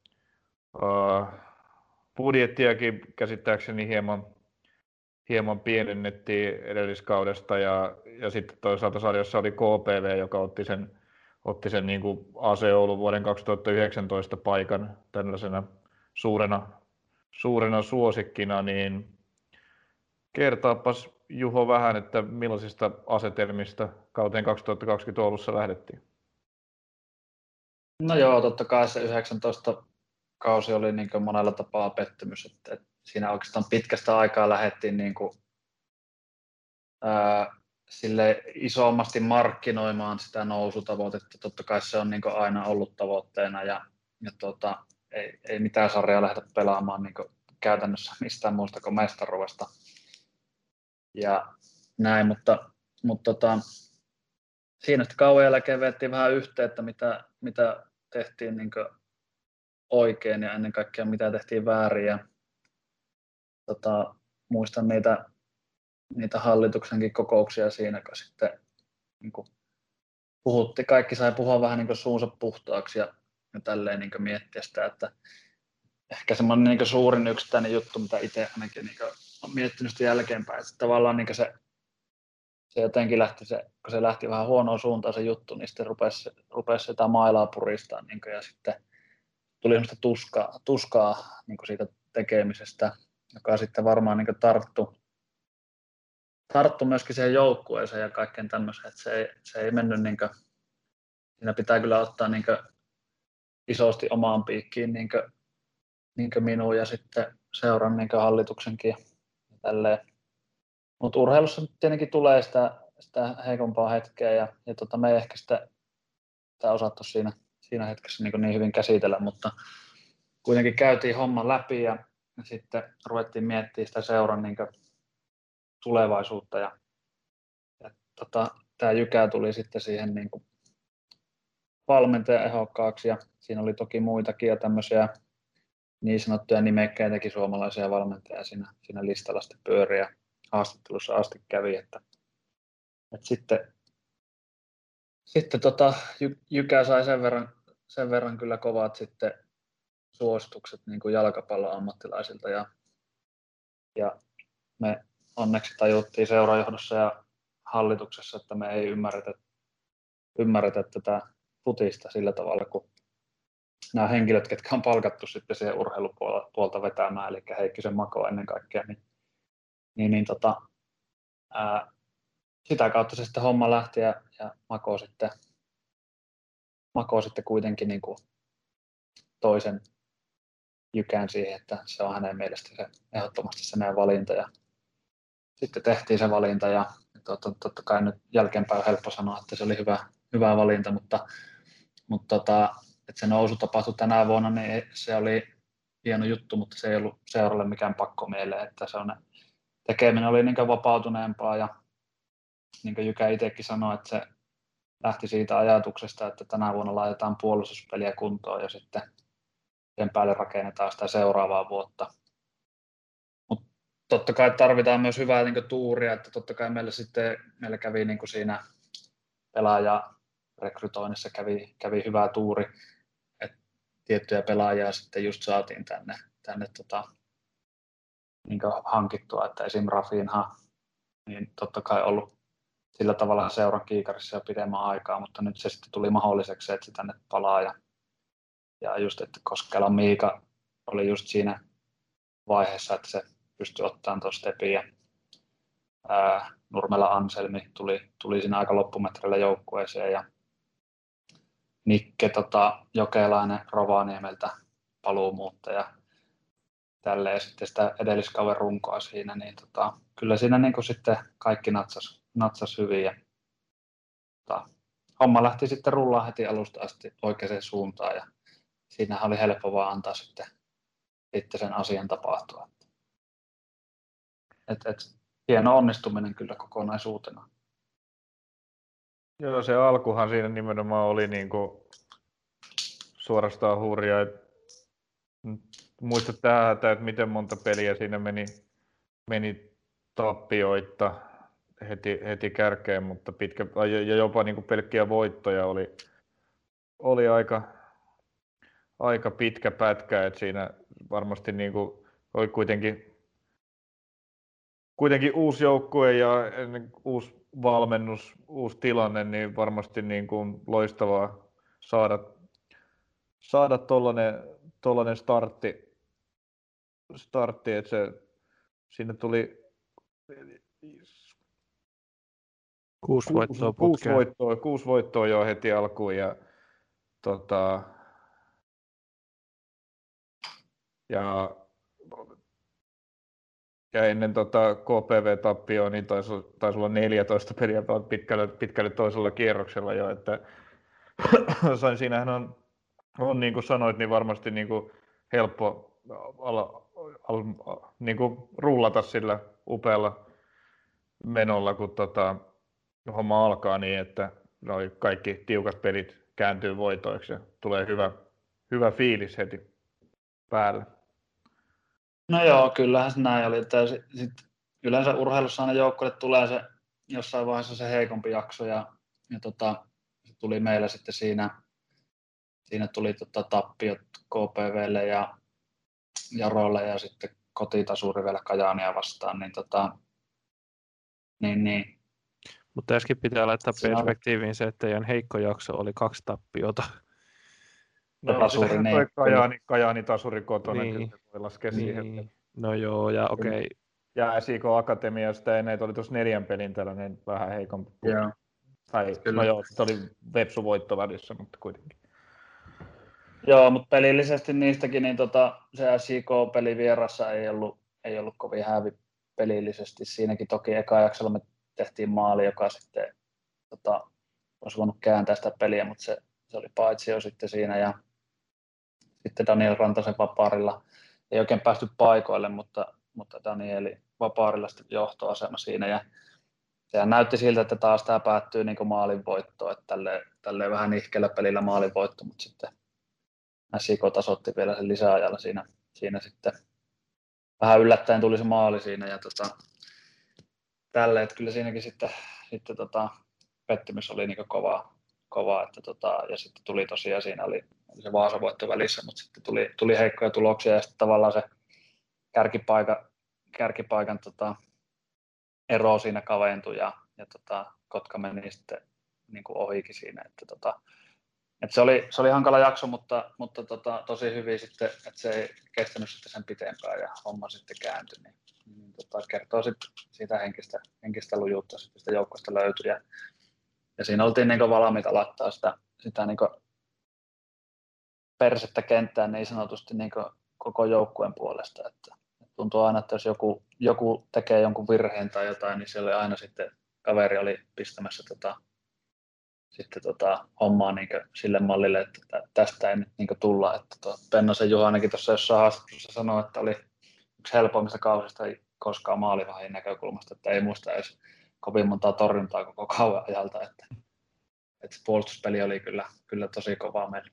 budjettiakin käsittääkseni hieman pienennettiin edelliskaudesta ja sitten toisaalta sarjassa oli KPV, joka otti sen niin kuin AC Oulun vuoden 2019 paikan tällaisena suurena suosikkina, niin kertaapas Juho vähän, että millaisista asetelmista kauteen 2020 Oulussa lähdettiin? No joo, totta kai se 19 kausi oli niin kuin monella tapaa pettymys, että siinä oikeastaan pitkästä aikaa lähdettiin niin kuin, sille isommasti markkinoimaan sitä nousutavoitetta. Totta kai se on niin kuin aina ollut tavoitteena ja ei mitään sarjaa lähdetä pelaamaan niin kuin käytännössä mistään muusta kuin mestaruudesta. Ja näin, mutta siinä sitten kauan jälkeen vedettiin vähän yhteen, että mitä tehtiin niin kuin oikein ja ennen kaikkea mitä tehtiin väärin. Ja, muistan niitä hallituksenkin kokouksia siinä, kun sitten niin kuin puhuttiin, kaikki sai puhua vähän niin kuin suunsa puhtaaksi ja tälleen niin kuin miettiä sitä, että ehkä semmoinen niin kuin suurin yksittäinen juttu, mitä itse ainakin niin kuin olen miettinyt sitä jälkeenpäin, että tavallaan niin kuin se jotenkin kun se lähti vähän huonoon suuntaan se juttu, niin sitten rupesi sitä mailaa puristaa niin kuin, ja sitten tuli semmoista tuskaa niin kuin siitä tekemisestä, joka sitten varmaan niin kuin tarttu myöskin siihen joukkueeseen ja kaikkeen tämmöiseen, että se ei mennyt niin kuin, siinä pitää kyllä ottaa niin kuin isosti omaan piikkiin niin kuin minun ja sitten seuran niin kuin hallituksenkin ja tälleen. Mutta urheilussa tietenkin tulee sitä heikompaa hetkeä ja me ei ehkä sitä osattu siinä hetkessä niin hyvin käsitellä, mutta kuitenkin käytiin homma läpi ja sitten ruvettiin miettimään sitä seuran niin kuin tulevaisuutta ja tämä Jykä tuli sitten siihen niin kuin valmentajan ehokkaaksi ja siinä oli toki muitakin ja tämmöisiä niin sanottuja nimekkeitäkin suomalaisia valmentajia siinä listalla sitten pyöri ja haastattelussa asti kävi, että sitten Jykä sai sen verran kyllä kovat sitten suositukset niin kuin jalkapallon ammattilaisilta ja me onneksi tajuttiin seurajohdossa ja hallituksessa, että me ei ymmärretä tätä futista sillä tavalla, kun nämä henkilöt, ketkä on palkattu sitten siihen urheilupuolta vetämään, eli Heikkisen Mako ennen kaikkea, sitä kautta se sitten homma lähti ja Mako sitten kuitenkin niin kuin toisen Jykään siihen, että se on hänen mielestä se ehdottomasti se meidän valinta ja sitten tehtiin se valinta ja totta kai nyt jälkeenpäin on helppo sanoa, että se oli hyvä valinta, mutta että se nousu tapahtui tänä vuonna, niin se oli hieno juttu, mutta se ei ollut seuralle mikään pakkomielle, että se on, tekeminen oli niin kuin vapautuneempaa ja niin kuin Jykä itsekin sanoi, että se lähti siitä ajatuksesta, että tänä vuonna laitetaan puolustuspeliä kuntoon ja sitten sen päälle rakennetaan sitä seuraavaa vuotta. Mutta totta kai tarvitaan myös hyvää niin kuin tuuria, että totta kai meillä kävi niin kuin siinä pelaajarekrytoinnissa kävi hyvä tuuri, että tiettyjä pelaajia sitten just saatiin tänne niin hankittua, että esim. Rafinha, niin totta kai ollut sillä tavalla seuran kiikarissa jo pidemmän aikaa, mutta nyt se sitten tuli mahdolliseksi, että se tänne palaa. Ja just, että Koskelan Miika oli just siinä vaiheessa, että se pystyi ottamaan tuon stepin. Ja Nurmela Anselmi tuli siinä aika loppumetrillä joukkueeseen. Ja Nikke Jokelainen Rovaniemeltä paluumuuttaja. Tälleen sitten sitä edelliskauden runkoa siinä. Niin kyllä siinä niin kuin sitten kaikki natsas hyvin. Ja homma lähti sitten rullaan heti alusta asti oikeaan suuntaan ja siinähän oli helppo vaan antaa sitten sen asian tapahtua. Hieno onnistuminen kyllä kokonaisuutena. Joo, se alkuhan siinä nimenomaan oli niinku suorastaan hurjaa. Muista tähän, että miten monta peliä siinä meni tappioita heti kärkeen, mutta ja jopa niinku pelkkiä voittoja oli aika pitkä pätkä, että siinä varmasti niinku oli kuitenkin uusi joukkue ja uusi valmennus, uusi tilanne, niin varmasti niin kuin loistavaa saada tollainen startti, että sinne tuli 6 voittoa putkeen. Kuusi voittoa jo heti alkuun ja ennen KPV-tappioa niin taisi olla 14 peliä pitkälle toisella kierroksella jo, että siinähän on niin kuin sanoit, niin varmasti niin kuin helppo niin kuin rullata sillä upealla menolla, kun homma alkaa niin, että noi kaikki tiukat pelit kääntyy voitoiksi ja tulee hyvä fiilis heti päälle. No joo, kyllähän se näin oli. Yleensä urheilussa aina joukkueelle tulee se jossain vaiheessa se heikompi jakso ja se tuli meillä sitten siinä tuli tappiot KPVlle ja Jarolle ja sitten kotitasuri vielä Kajaania vastaan, niin. Mutta äsken pitää laittaa perspektiiviin se, että teidän heikko jakso oli 2 tappiota. No, tasuri, niin. Kajaani tasuri kotona, niin, kyllä voi laskea niin. Siihen. No joo, ja okei. Okay. Ja SIK Akatemiasta ennen oli tuossa 4 pelin tällainen vähän heikompi. Joo. No joo, se oli Vepsu-voitto välissä, mutta kuitenkin. Joo, mutta pelillisesti niistäkin, niin se SIK-peli vierassa ei ollut kovin hävi pelillisesti. Siinäkin toki eka jaksolla me tehtiin maali, joka sitten olisi voinut kääntää sitä peliä, mutta se oli paitsi jo sitten siinä. Ja sitten Daniel Rantasen vapaarilla ei oikein päästy paikoille, mutta Danieli vapaarilla sitten johtoasema siinä. Ja sehän näytti siltä, että taas tämä päättyy niin kuin maalinvoittoon, että tälleen vähän nihkeellä pelillä maalinvoitto, mutta sitten SIK tasoitti vielä sen lisäajalla siinä sitten. Vähän yllättäen tuli se maali siinä ja tälleen, että kyllä siinäkin sitten pettymys oli niin kovaa että ja sitten tuli tosiaan siinä oli se Vaasa-voitto välissä, mutta sitten tuli heikkoja tuloksia ja sitten tavallaan se kärkipaikan ero siinä kaventui ja Kotka meni sitten niin kuin ohikin siinä, että se oli hankala jakso, mutta tosi hyvin sitten, että se ei kestänyt sitten sen pitempään ja homma sitten kääntyi. Niin kertoo sitten siitä henkistä lujuutta sitten sitä joukkoista löytyi. Ja siinä oltiin niin valmiita laittaa sitä niin persettä kenttään niin sanotusti niin koko joukkueen puolesta. Että tuntuu aina, että jos joku tekee jonkun virheen tai jotain, niin siellä aina sitten kaveri oli pistämässä hommaa niin sille mallille, että tästä ei nyt niin tulla. Että Pennasen Juha ainakin tuossa jossain haastattelussa sanoi, että oli yksi helpoimmista kausista koskaan maalivahdin näkökulmasta, että ei muista edes kovin montaa torjuntaa koko kauan ajalta. Että se puolustuspeli oli kyllä tosi kovaa meillä.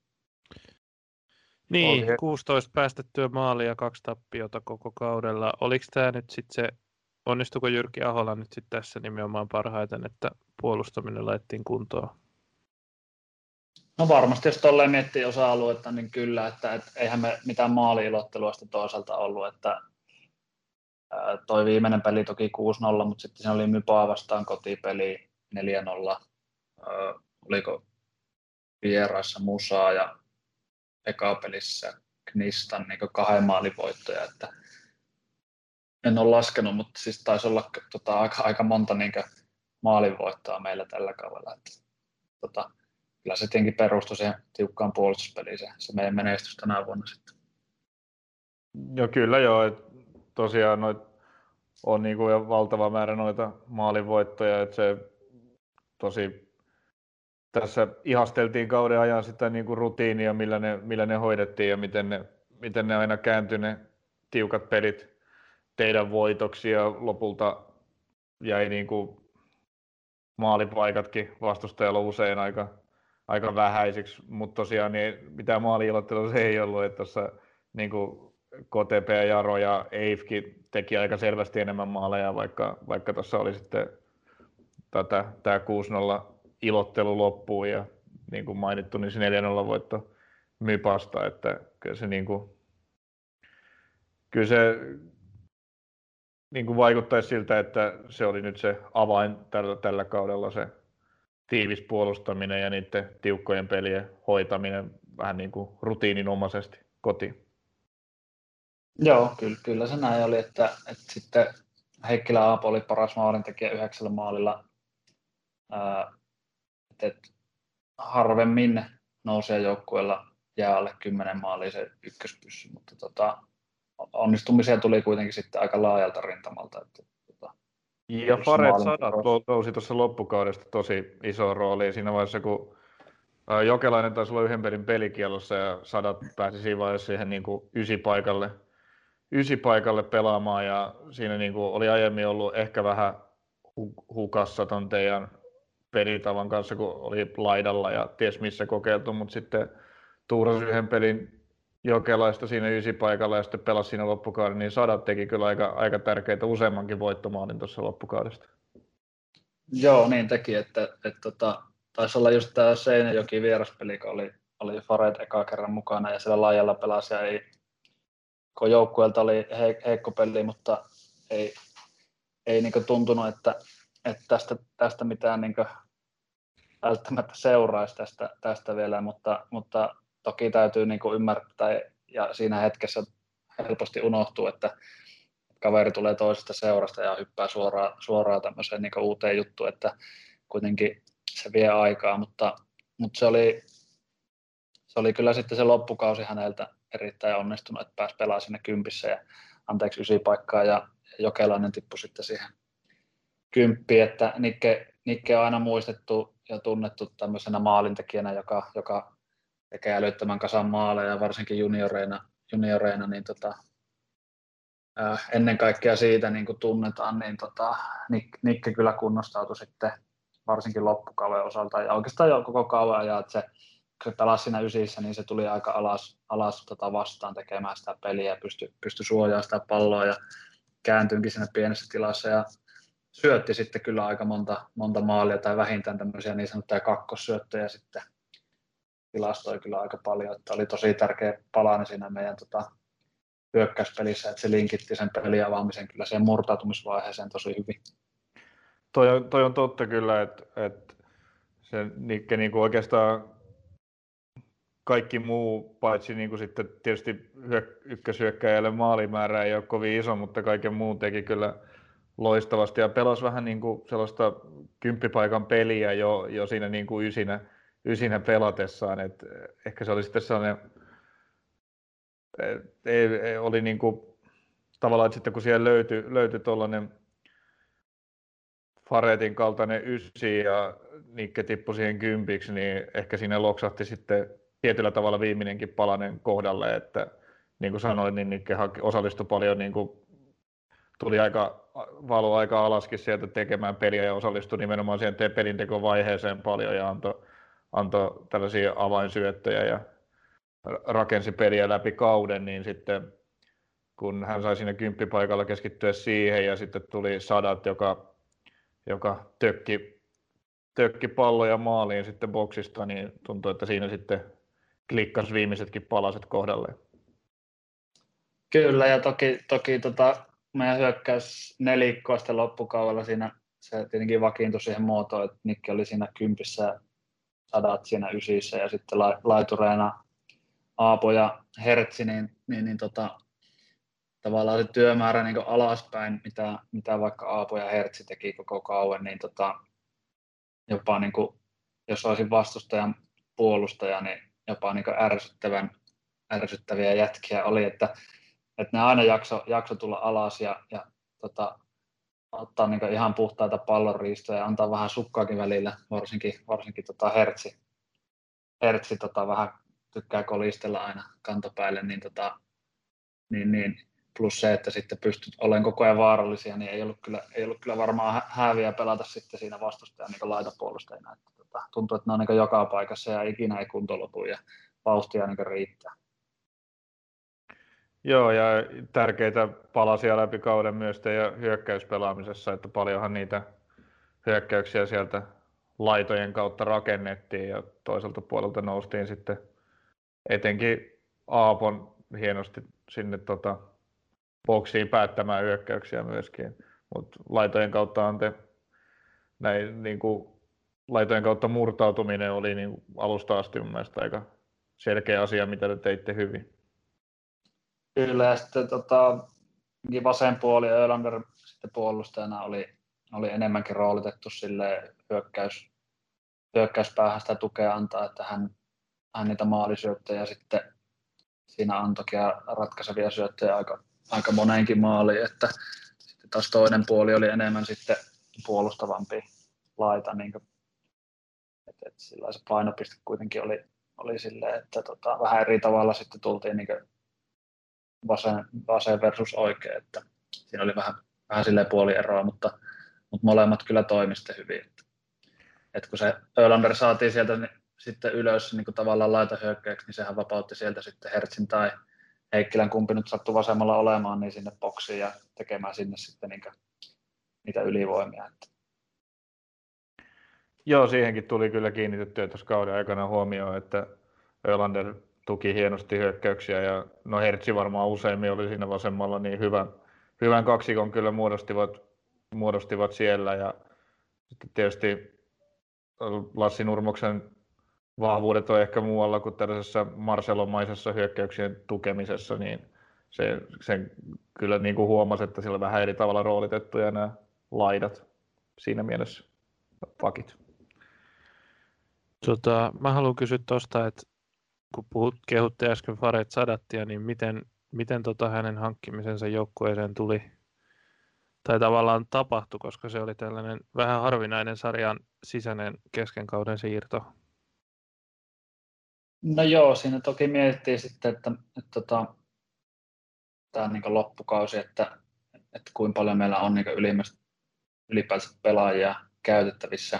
Niin, 16 päästettyä maalia ja 2 tappiota koko kaudella. Oliko tämä nyt sitten se, onnistuiko Jyrki Ahola nyt sitten tässä nimenomaan parhaiten, että puolustaminen laitettiin kuntoon? No varmasti, jos tolleen miettii osa-aluetta, niin kyllä, että eihän me mitään maali-ilottelua sitten toisaalta ollut, että Toi viimeinen peli toki 6-0, mutta sitten siinä oli Mypaa vastaan kotipeli 4-0. Oliko vieraissa Musaa ja eka pelissä Knistan niin 2 maalivoittoja, että en ole laskenut, mutta siis taisi olla aika monta niin maalivoittoa meillä tällä kaudella. Että, kyllä se tietenkin perustui siihen tiukkaan puolustuspeliin se meidän menestys tänä vuonna sitten. Joo, kyllä joo. Tosiaan on niin kuin valtava määrä noita maalivoittoja, että se tosi tässä ihasteltiin kauden ajan sitä niin kuin rutiinia, millä ne hoidettiin ja miten ne aina kääntyi ne tiukat pelit teidän voitoksi ja lopulta jäi niin kuin maalipaikatkin vastustajalla usein aika vähäisiksi, mutta tosiaan niin mitään maali-ilottelua se ei ollut, että tuossa niin kuin KTP, Jaro ja Eifki teki aika selvästi enemmän maaleja, vaikka tuossa oli sitten tämä 6-0 ilottelu loppuun ja niin kuin mainittu, niin se 4-0 voitto Mypasta, että kyllä se, niin kuin vaikuttaisi siltä, että se oli nyt se avain tällä kaudella se tiivis puolustaminen ja niiden tiukkojen pelien hoitaminen vähän niin kuin rutiininomaisesti kotiin. Joo, kyllä se näin oli, että sitten Heikkilä Aapo oli paras maalintekijä 9 maalilla. Että harvemmin nousee joukkueella jää alle 10 maalia se ykköspyssy, mutta onnistumisia tuli kuitenkin sitten aika laajalta rintamalta. Ja Fared Sadat nousi tuossa loppukaudesta tosi iso rooli siinä vaiheessa, kun Jokelainen taisi olla 1 pelin pelikielossa ja Sadat pääsi siinä vaiheessa siihen niin kuin 9 paikalle pelaamaan ja siinä niin kuin oli aiemmin ollut ehkä vähän hukassa ton teidän pelitavan kanssa, kun oli laidalla ja ties missä kokeiltu, mutta sitten tuurasi 1 pelin Jokelaista siinä 9 paikalla ja sitten pelasi siinä loppukauden, niin Sadat teki kyllä aika tärkeitä useammankin voittomaalin tuossa loppukaudesta. Joo, niin teki, että taisi olla just tämä Seinäjoki vieraspeli, kun oli Fared eka kerran mukana ja siellä laajalla pelasi ja kun joukkueelta oli heikko peli, mutta ei niin tuntunut, että tästä mitään niin välttämättä seuraisi tästä vielä, mutta toki täytyy niin ymmärtää ja siinä hetkessä helposti unohtuu, että kaveri tulee toisesta seurasta ja hyppää suoraan tämmöiseen niin uuteen juttuun, että kuitenkin se vie aikaa, mutta se oli kyllä sitten se loppukausi häneltä erittäin onnistunut, että pääsi pelaamaan sinne 10 ja 9 paikkaa ja Jokelainen tippui sitten siihen 10, että Nikke on aina muistettu ja tunnettu tämmöisenä maalintekijänä, joka tekee älyttömän kasan maaleja ja varsinkin junioreina niin ennen kaikkea siitä niin kuin tunnetaan, niin Nikke kyllä kunnostautui sitten varsinkin loppukauden osalta ja oikeastaan jo koko kauan ajan, että kun se pelasi siinä 9, niin se tuli aika alas vastaan tekemään sitä peliä ja pystyi suojaamaan sitä palloa ja kääntyinkin siinä pienessä tilassa ja syötti sitten kyllä aika monta maalia tai vähintään tämmöisiä niin sanottuja kakkossyöttöjä sitten tilastoi kyllä aika paljon, että oli tosi tärkeä palanen siinä meidän hyökkäyspelissä, että se linkitti sen pelin avaamisen kyllä siihen murtautumisvaiheeseen tosi hyvin. Toi on totta kyllä, että se Nikke niin kuin oikeastaan kaikki muu, paitsi niin kuin sitten tietysti ykköshyökkäjälle maalimäärä ei ole kovin iso, mutta kaiken muun teki kyllä loistavasti ja pelasi vähän niin kuin sellaista 10 paikan peliä jo siinä niin kuin ysinä pelatessaan, että ehkä se oli sitten sellainen, oli niin kuin tavallaan, että sitten kun siellä löytyi tuollainen Faredin kaltainen 9 ja Nikke tippui siihen 10, niin ehkä siinä loksahti sitten tietyllä tavalla viimeinenkin palanen kohdalle, että niin kuin sanoin, niin Nikke osallistui paljon, niin kuin tuli valui aika alaskin sieltä tekemään peliä ja osallistui nimenomaan siihen pelintekovaiheeseen paljon ja antoi tällaisia avainsyöttöjä ja rakensi peliä läpi kauden, niin sitten kun hän sai siinä 10 paikalla keskittyä siihen ja sitten tuli Sadat, joka tökki palloja maaliin sitten boksista, niin tuntui, että siinä sitten klikkasi viimeisetkin palaset kohdalleen. Kyllä, ja toki meidän hyökkäys nelikkoa sitten loppukaudella siinä se tietenkin vakiintui siihen muotoon, että Nikki oli siinä 10, Sadat siinä 9 ja sitten laitureena Aapo ja Hertzi, niin tavallaan se työmäärä niin alaspäin, mitä vaikka Aapo ja Hertzi teki koko kauan, niin jopa niin kuin, jos olisin vastustajan puolustaja, niin jopa niin ärsyttäviä jätkiä oli, että ne aina jakso tulla alas ja ottaa niin ihan puhtaita pallonriistoja ja antaa vähän sukkaakin välillä, varsinkin Hertzi vähän tykkää kolistella aina kantapäälle, niin plus se, että sitten pystyt olemaan koko ajan vaarallisia, niin ei ollut kyllä varmaan hääviä pelata sitten siinä vastustajan niin laitapuolustajina. Että tuntuu, että ne on niin joka paikassa ja ikinä ei kunto lopu ja vauhtia niin riittää. Joo, ja tärkeitä palasia läpi kauden myös teidän hyökkäyspelaamisessa, että paljonhan niitä hyökkäyksiä sieltä laitojen kautta rakennettiin ja toiselta puolelta noustiin sitten etenkin Aapon hienosti sinne boksiin päättämään hyökkäyksiä myöskin, mutta laitojen kautta laitojen kautta murtautuminen oli niin alusta asti mun mielestä aika selkeä asia, mitä te teitte hyvin. Kyllä, ja sitten vasen puoli Ölander sitten puolustajana oli enemmänkin roolitettu sille hyökkäyspäähän sitä tukea antaa, että hän niitä maalisyöttöjä sitten siinä antoikin ratkaisevia syöttöjä aika moneenkin maaliin, että sitten taas toinen puoli oli enemmän sitten puolustavampi laita, niin kuin, että sillä se painopiste kuitenkin oli silleen, että vähän eri tavalla sitten tultiin niin vasen versus oikein, että siinä oli vähän silleen puolieroa, mutta molemmat kyllä toimi sitten hyvin. Että kun se Ölander saatiin sieltä sitten ylös niin kuin tavallaan laitahyökkäyksi, niin sehän vapautti sieltä sitten Hertzin tai Heikkilän, kumpi nyt sattui vasemmalla olemaan, niin sinne boksiin ja tekemään sinne sitten niitä ylivoimia. Joo, siihenkin tuli kyllä kiinnitettyä tuossa kauden aikana huomioon, että Ölander tuki hienosti hyökkäyksiä ja no Hertzi varmaan useimmin oli siinä vasemmalla, niin hyvän kaksikon kyllä muodostivat siellä ja sitten tietysti Lassi Nurmoksen vahvuudet on ehkä muualla kuin tällaisessa Marcelomaisessa hyökkäyksien tukemisessa, niin sen kyllä niin kuin huomasi, että sillä on vähän eri tavalla roolitettuja nämä laidat siinä mielessä pakit. Mä haluan kysyä tuosta, että kun kehutte äsken Faret Sadattia, niin miten hänen hankkimisensa joukkueeseen tuli tai tavallaan tapahtui, koska se oli tällainen vähän harvinainen sarjan sisäinen keskenkauden siirto? No joo, siinä toki mietittiin sitten, että tämä niin loppukausi, että kuinka paljon meillä on niin ylipäänsä pelaajia käytettävissä.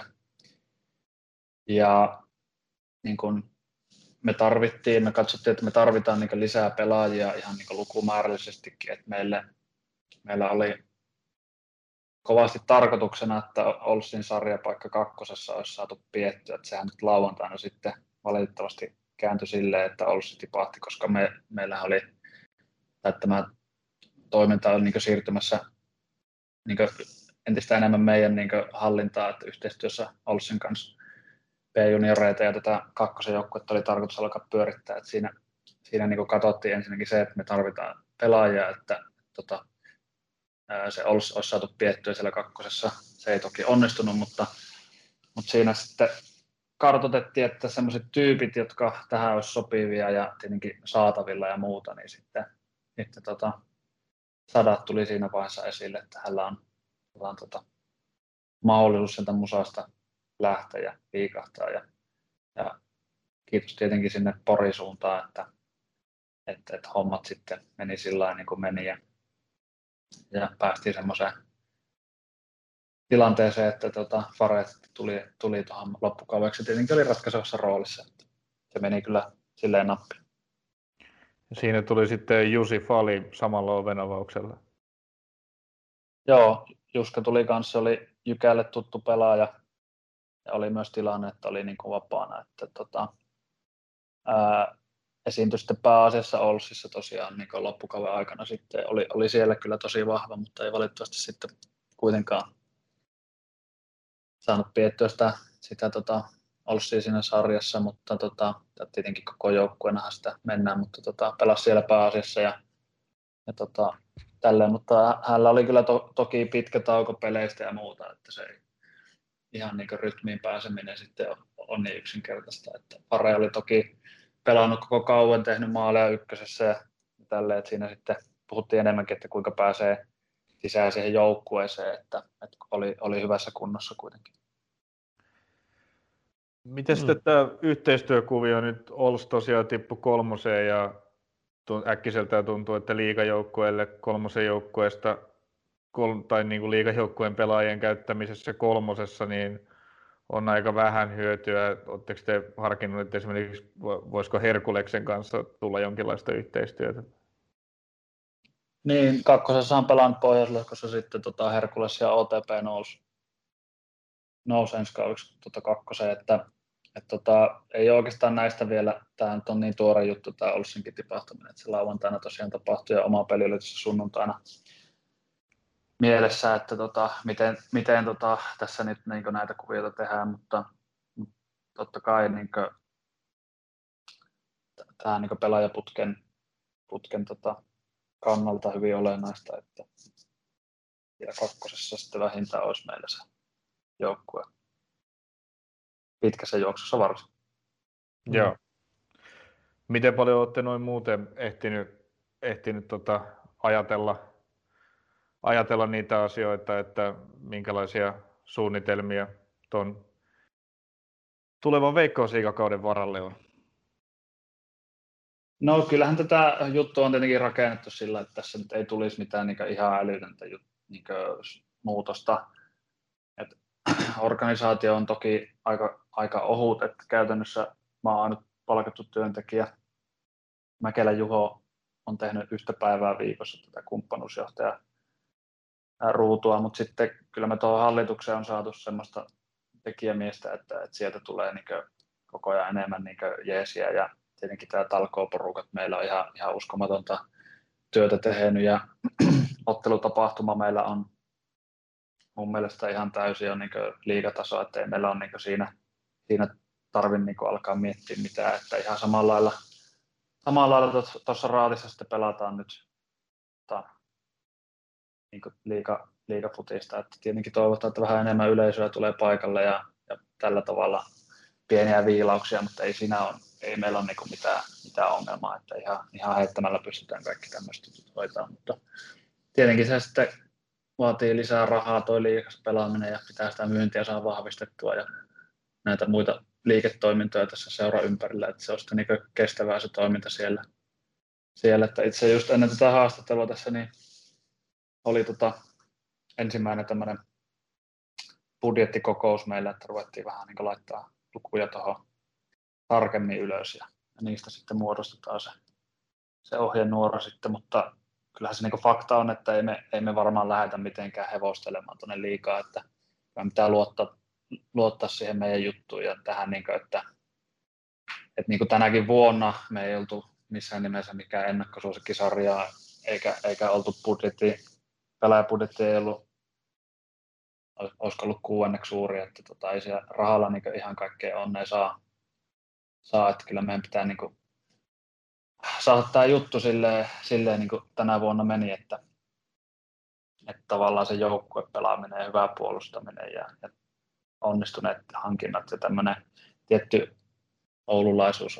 Ja niin kuin me katsottiin, että me tarvitaan niin lisää pelaajia ihan niin lukumääräisestikin, että meillä oli kovasti tarkoituksena, että Olssin sarjapaikka 2. olisi saatu piettyä, että sehän nyt lauantaina sitten valitettavasti kääntyi silleen, että Olssi tipahti, koska meillähän oli tämä toiminta oli niin siirtymässä niin entistä enemmän meidän niin hallintaa, että yhteistyössä Olssin kanssa B-junioreita ja tätä 2. joukkuetta oli tarkoitus alkaa pyörittää, että siinä niin katsottiin ensinnäkin se, että me tarvitaan pelaajia, että se olisi saatu piettyä siellä 2. Se ei toki onnistunut, mutta siinä sitten kartoitettiin, että sellaiset tyypit, jotka tähän olisi sopivia ja tietenkin saatavilla ja muuta, niin sitten Sadat tuli siinä vaiheessa esille, että hänellä on mahdollisuus sieltä musasta lähteä ja liikahtaa. Ja kiitos tietenkin sinne Porin suuntaan, että hommat sitten meni sillä lailla niin kuin meni ja päästiin semmoiseen tilanteeseen, että Faret tuli tuohon loppukaudeksi. Tietenkin oli ratkaisevassa roolissa. Että se meni kyllä silleen nappiin. Siinä tuli sitten Jussi Fali samalla ovenavauksella. Joo, Juska tuli kanssa, oli Jykälle tuttu pelaaja. Ja oli myös tilanne, että oli niin kuin vapaana. Että esiintyi sitten pääasiassa Olssissa tosiaan niin loppukauden aikana sitten. Oli siellä kyllä tosi vahva, mutta ei valitettavasti sitten kuitenkaan saanut piettyä sitä Olssia siinä sarjassa, mutta tietenkin koko joukkueenahan sitä mennään, mutta pelasi siellä pääasiassa ja tälleen, mutta hänellä oli kyllä toki pitkä tauko peleistä ja muuta, että se ei ihan niin rytmiin pääseminen sitten on niin yksinkertaista, että Pare oli toki pelannut koko kauan, tehnyt maaleja ykkösessä ja tälleen, että siinä sitten puhuttiin enemmänkin, että kuinka pääsee sisään siihen joukkueeseen, että oli hyvässä kunnossa kuitenkin. Miten sitten tämä yhteistyökuvio nyt Ols tosiaan tippui 3. ja äkkiseltään tuntuu, että liigajoukkueelle 3. joukkueesta tai niin kuin liigajoukkueen pelaajien käyttämisessä 3. niin on aika vähän hyötyä. Oletteko te harkinnut, että esimerkiksi voisiko Herkuleksen kanssa tulla jonkinlaista yhteistyötä? Niin, 2. on pelannut Pohjois-Lohkossa sitten Herkules ja OTP nousi ensi kaudeksi 2. että ei oikeastaan näistä vielä, tämä nyt on niin tuore juttu, tämä Olssinkin tipahtuminen, että se lauantaina tosiaan tapahtui ja oma peli oli tässä sunnuntaina mielessä, että miten tässä nyt niin näitä kuvioita tehdään, mutta totta kai niin tämä niin pelaajaputken kannalta hyvin olennaista, että ja 2. sitten vähintään olisi meillä se joukkue pitkässä juoksussa varsin. Joo. Miten paljon olette noin muuten ehtinyt ajatella niitä asioita, että minkälaisia suunnitelmia tuon tulevan Veikkausliigakauden varalle on? No kyllähän tätä juttua on tietenkin rakennettu sillä, että tässä nyt ei tulisi mitään ihan älytöntä muutosta. Et organisaatio on toki aika ohut, että käytännössä mä oon nyt palkattu työntekijä. Mäkelän Juho on tehnyt 1 päivää viikossa tätä kumppanuusjohtaja ruutua, mutta sitten kyllä me tuohon hallitukseen on saatu semmoista tekijämiestä, että sieltä tulee koko ajan enemmän jeesiä ja tietenkin tämä talkooporukat meillä on ihan uskomatonta työtä tehnyt ja ottelutapahtuma meillä on mun mielestä ihan täysin on liigataso, että ei meillä ole siinä tarvitse alkaa miettiä mitään, että ihan samalla lailla tuossa Raatissa sitten pelataan nyt liigafutista, että tietenkin toivotaan, että vähän enemmän yleisöä tulee paikalle ja tällä tavalla pieniä viilauksia, mutta ei meillä ole mitään ongelmaa, että ihan heittämällä pystytään kaikki tämmöistä hoitaa, mutta tietenkin se sitten vaatii lisää rahaa toi liigas pelaaminen ja pitää sitä myyntiä saada vahvistettua ja näitä muita liiketoimintoja tässä seura ympärillä, että se on sitten kestävää se toiminta siellä. Että itse just ennen tätä haastattelua tässä niin oli ensimmäinen tämmöinen budjettikokous meillä, että ruvettiin vähän laittaa lukuja tuohon tarkemmin ylös ja niistä sitten muodostetaan se ohjenuora sitten, mutta kyllähän se fakta on, että ei me varmaan lähdetä mitenkään hevostelemaan tuonne liikaa, että me pitää luottaa siihen meidän juttuun ja tähän, että tänäkin vuonna me ei oltu missään nimessä mikään ennakkosuosikkisarjaa eikä oltu pelaajabudjetti ei ollut, olisiko ollut 6. suuri, että ei siellä rahalla ihan kaikkea onnea saa, että kyllä meidän pitää saada tämä juttu silleen niin kuin tänä vuonna meni, että tavallaan se joukkuepelaaminen ja hyvä puolustaminen ja onnistuneet hankinnat ja tämmöinen tietty oululaisuus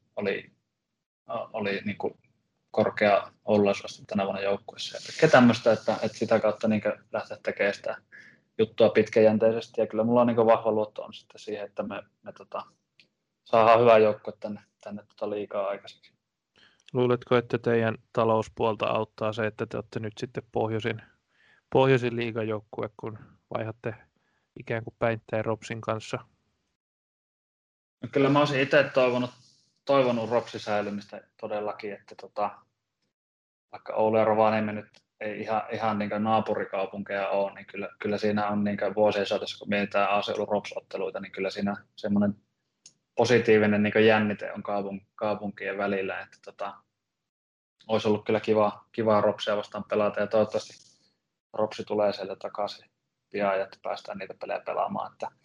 oli niin kuin korkea oululaisuus tänä vuonna joukkueessa. Ja tämmöistä, että sitä kautta lähteä tekemään sitä juttua pitkäjänteisesti ja kyllä mulla on vahva luotto on sitten siihen, että me saadaan hyvä joukkue tänne liigaa aikaiseksi. Luuletko, että teidän talouspuolta auttaa se, että te olette nyt sitten pohjoisin liigajoukkue, kun vaihatte ikään kuin päittäin Ropsin kanssa? No kyllä mä olisin itse toivonut Ropsin säilymistä todellakin, että vaikka Oulu ja Rovaniemi nyt ei ihan naapurikaupunkeja ole, niin kyllä siinä on vuosien saatossa, kun mietitään A-seudun Rops-otteluita, niin kyllä siinä semmoinen positiivinen niin jännite on kaupunkien välillä, että olisi ollut kyllä kivaa Ropsia vastaan pelata ja toivottavasti Ropsi tulee sieltä takaisin pian ja että päästään niitä pelejä pelaamaan. Että,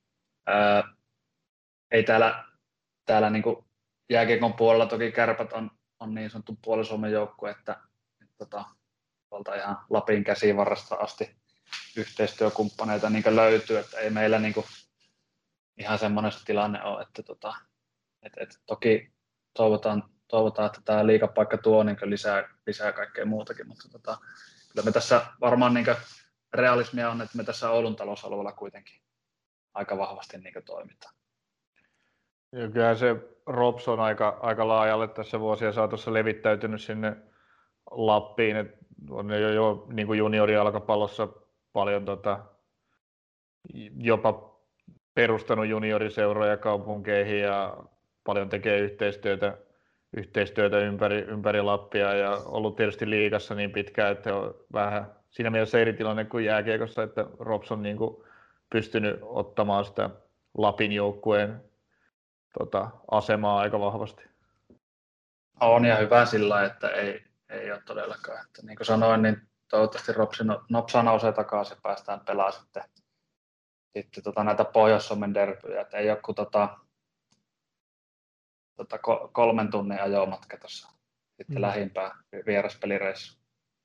ei täällä niin kuin jääkiekon puolella toki Kärpät on niin sanottu puoli-Suomen joukkue, että tuolta ihan Lapin käsivarrasta asti yhteistyökumppaneita niin löytyy, että ei meillä niin kuin ihan semmoinen tilanne ole, että toki toivotaan, että tämä liigapaikka tuo niin lisää kaikkea muutakin, mutta kyllä me tässä varmaan niin realismia on, että me tässä Oulun talousalueella kuitenkin aika vahvasti niin toimitaan. Ja kyllähän se Rops on aika laajalle tässä vuosien saatossa levittäytynyt sinne Lappiin, että on jo niin kuin juniorijalkapallossa paljon jopa perustanut junioriseuroja kaupunkeihin ja paljon tekee yhteistyötä ympäri Lappia ja ollut tietysti liigassa niin pitkään, että on vähän siinä mielessä eri tilanne kuin jääkiekossa, että Rops on niin kuin pystynyt ottamaan sitä Lapin joukkueen asemaa aika vahvasti. On ja hyvä sillä, että ei ole todellakaan. Että niin kuin sanoin, niin toivottavasti Nopsa nousee takaisin ja päästään pelaamaan sitten näitä Pohjois-Suomen derbyjä. Että ei ole kuin 3 tunnin ajomatka tuossa sitten lähimpään vieraspelireissu.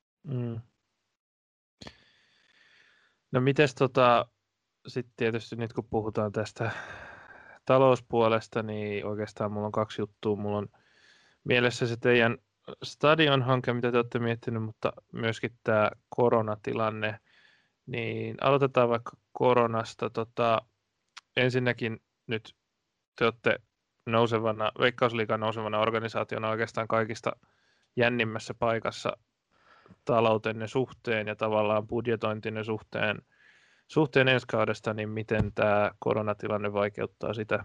No mites sitten tietysti nyt kun puhutaan tästä talouspuolesta, niin oikeastaan mulla on 2 juttua. Mulla on mielessä se teidän stadion-hanke, mitä te olette miettinyt, mutta myöskin tämä koronatilanne. Niin aloitetaan vaikka koronasta. Ensinnäkin nyt te olette Veikkausliigan nousevana organisaationa oikeastaan kaikista jännimmässä paikassa taloutenne suhteen ja tavallaan budjetointinne suhteen ensi kaudesta, niin miten tämä koronatilanne vaikeuttaa sitä?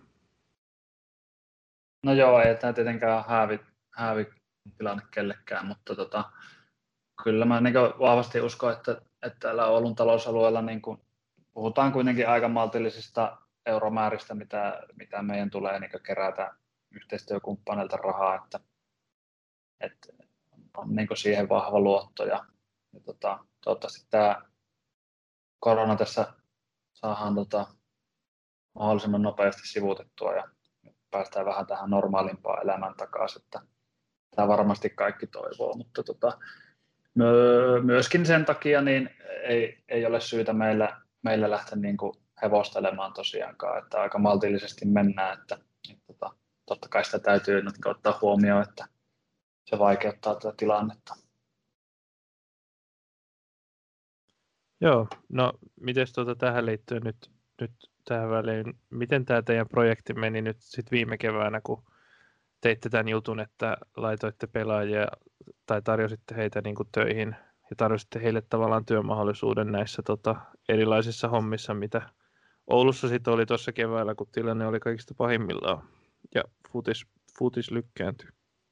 No joo, ei tämä tietenkään häävi tilanne kellekään, mutta kyllä mä niin vahvasti uskon, että täällä Oulun talousalueella niin puhutaan kuitenkin aika maltillisista euromääristä, mitä meidän tulee niin kerätä yhteistyökumppaneilta rahaa, että on niin siihen vahva luotto ja toivottavasti tämä korona tässä saadaan mahdollisimman nopeasti sivuutettua ja päästään vähän tähän normaalimpaan elämään takaisin, että tämä varmasti kaikki toivoo, mutta myöskin sen takia niin ei ole syytä meillä lähteä niin kuin hevostelemaan tosiaankaan, että aika maltillisesti mennään, että totta kai sitä täytyy nyt ottaa huomioon, että se vaikeuttaa tätä tilannetta. Joo, no miten tähän liittyen nyt tähän väliin, miten tämä teidän projekti meni nyt sit viime keväänä, kun teitte tämän jutun, että laitoitte pelaajia tai tarjositte heitä niin kuin töihin ja tarjositte heille tavallaan työmahdollisuuden näissä erilaisissa hommissa, mitä Oulussa sitten oli tuossa keväällä, kun tilanne oli kaikista pahimmillaan ja futis lykkääntyi.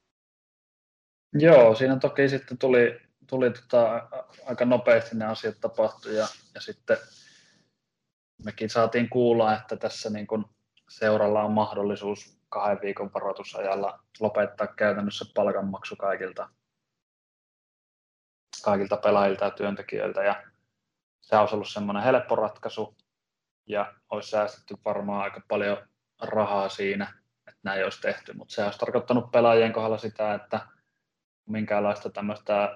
Joo, siinä toki sitten tuli aika nopeasti ne asiat tapahtui ja sitten mekin saatiin kuulla, että tässä niin kun seuralla on mahdollisuus 2 viikon varoitusajalla lopettaa käytännössä palkanmaksu kaikilta pelaajilta ja työntekijöiltä ja se olisi ollut semmoinen helppo ratkaisu ja olisi säästetty varmaan aika paljon rahaa siinä, että näin olisi tehty, mutta se olisi tarkoittanut pelaajien kohdalla sitä, että minkäänlaista tämmöistä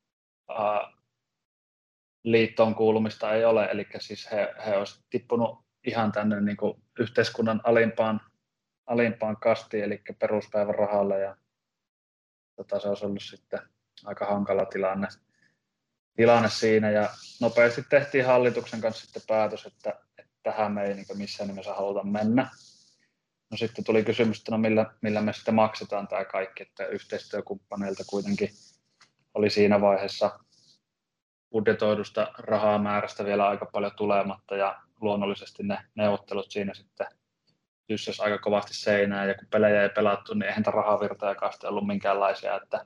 liittoon kuulumista ei ole, eli siis he olisivat tippunut ihan tänne niin kuin yhteiskunnan alimpaan kastiin, eli peruspäivärahalle ja se olisi ollut sitten aika hankala tilanne siinä ja nopeasti tehtiin hallituksen kanssa sitten päätös, että tähän me ei niin missään nimessä haluta mennä. No sitten tuli kysymys, että no millä me sitten maksetaan tämä kaikki, että yhteistyökumppaneilta kuitenkin oli siinä vaiheessa budjetoidusta rahamäärästä vielä aika paljon tulematta ja luonnollisesti ne neuvottelut siinä sitten tyssäsi aika kovasti seinään ja kun pelejä ei pelattu, niin eihän rahavirtojakaan sitten ollut minkäänlaisia, että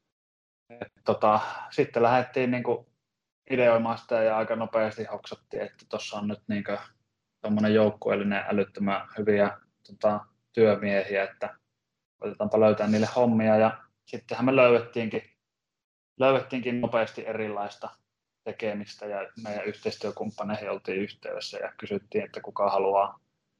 sitten lähdettiin niin kuin ideoimaan sitä ja aika nopeasti hoksattiin, että tuossa on nyt niin tuommoinen joukkueellinen älyttömän hyviä työmiehiä, että koitetaanpa löytää niille hommia. Ja sittenhän me löydettiinkin nopeasti erilaista tekemistä ja meidän yhteistyökumppaneihin oltiin yhteydessä ja kysyttiin, että kuka haluaa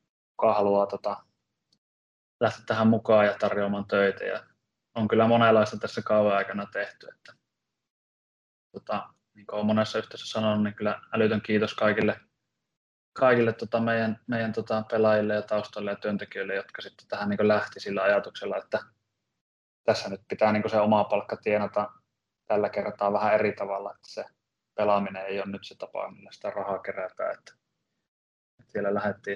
lähteä tähän mukaan ja tarjoamaan töitä. Ja on kyllä monenlaista tässä kauan aikana tehty. Että, niin kuin olen monessa yhteydessä sanonut, niin kyllä älytön kiitos kaikille meidän pelaajille ja taustalla ja työntekijöille, jotka sitten tähän niin lähti sillä ajatuksella, että tässä nyt pitää niin se oma palkka tienata tällä kertaa vähän eri tavalla, että se pelaaminen ei ole nyt se tapa, millä sitä rahaa kerätään. Että siellä lähdettiin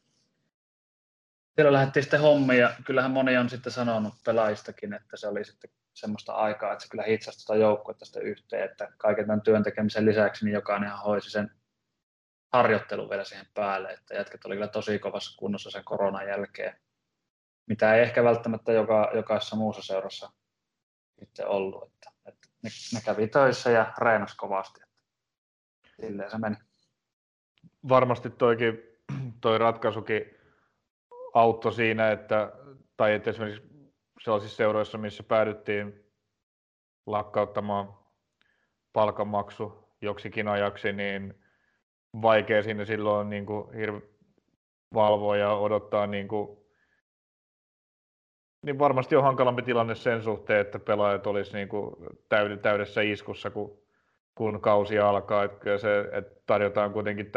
sitten hommiin ja kyllähän moni on sitten sanonut pelaajistakin, että se oli sitten semmoista aikaa, että se kyllä hitsasi tuota joukkuetta sitten yhteen, että kaiken tämän työn tekemisen lisäksi niin jokainenhan hoisi sen harjoittelun vielä siihen päälle, että jätkät oli kyllä tosi kovassa kunnossa sen koronan jälkeen, mitä ei ehkä välttämättä jokaisessa muussa seurassa sitten ollut, että ne kävi töissä ja reenasi kovasti, että silleen se meni. Varmasti toi ratkaisukin auttoi siinä, että esimerkiksi sellaisissa seuroissa, missä päädyttiin lakkauttamaan palkanmaksu joksikin ajaksi, niin vaikea siinä silloin niin kuin valvoa ja odottaa, niin varmasti on hankalampi tilanne sen suhteen, että pelaajat olisi niin kuin täydessä iskussa, kun kausi alkaa. Että tarjotaan kuitenkin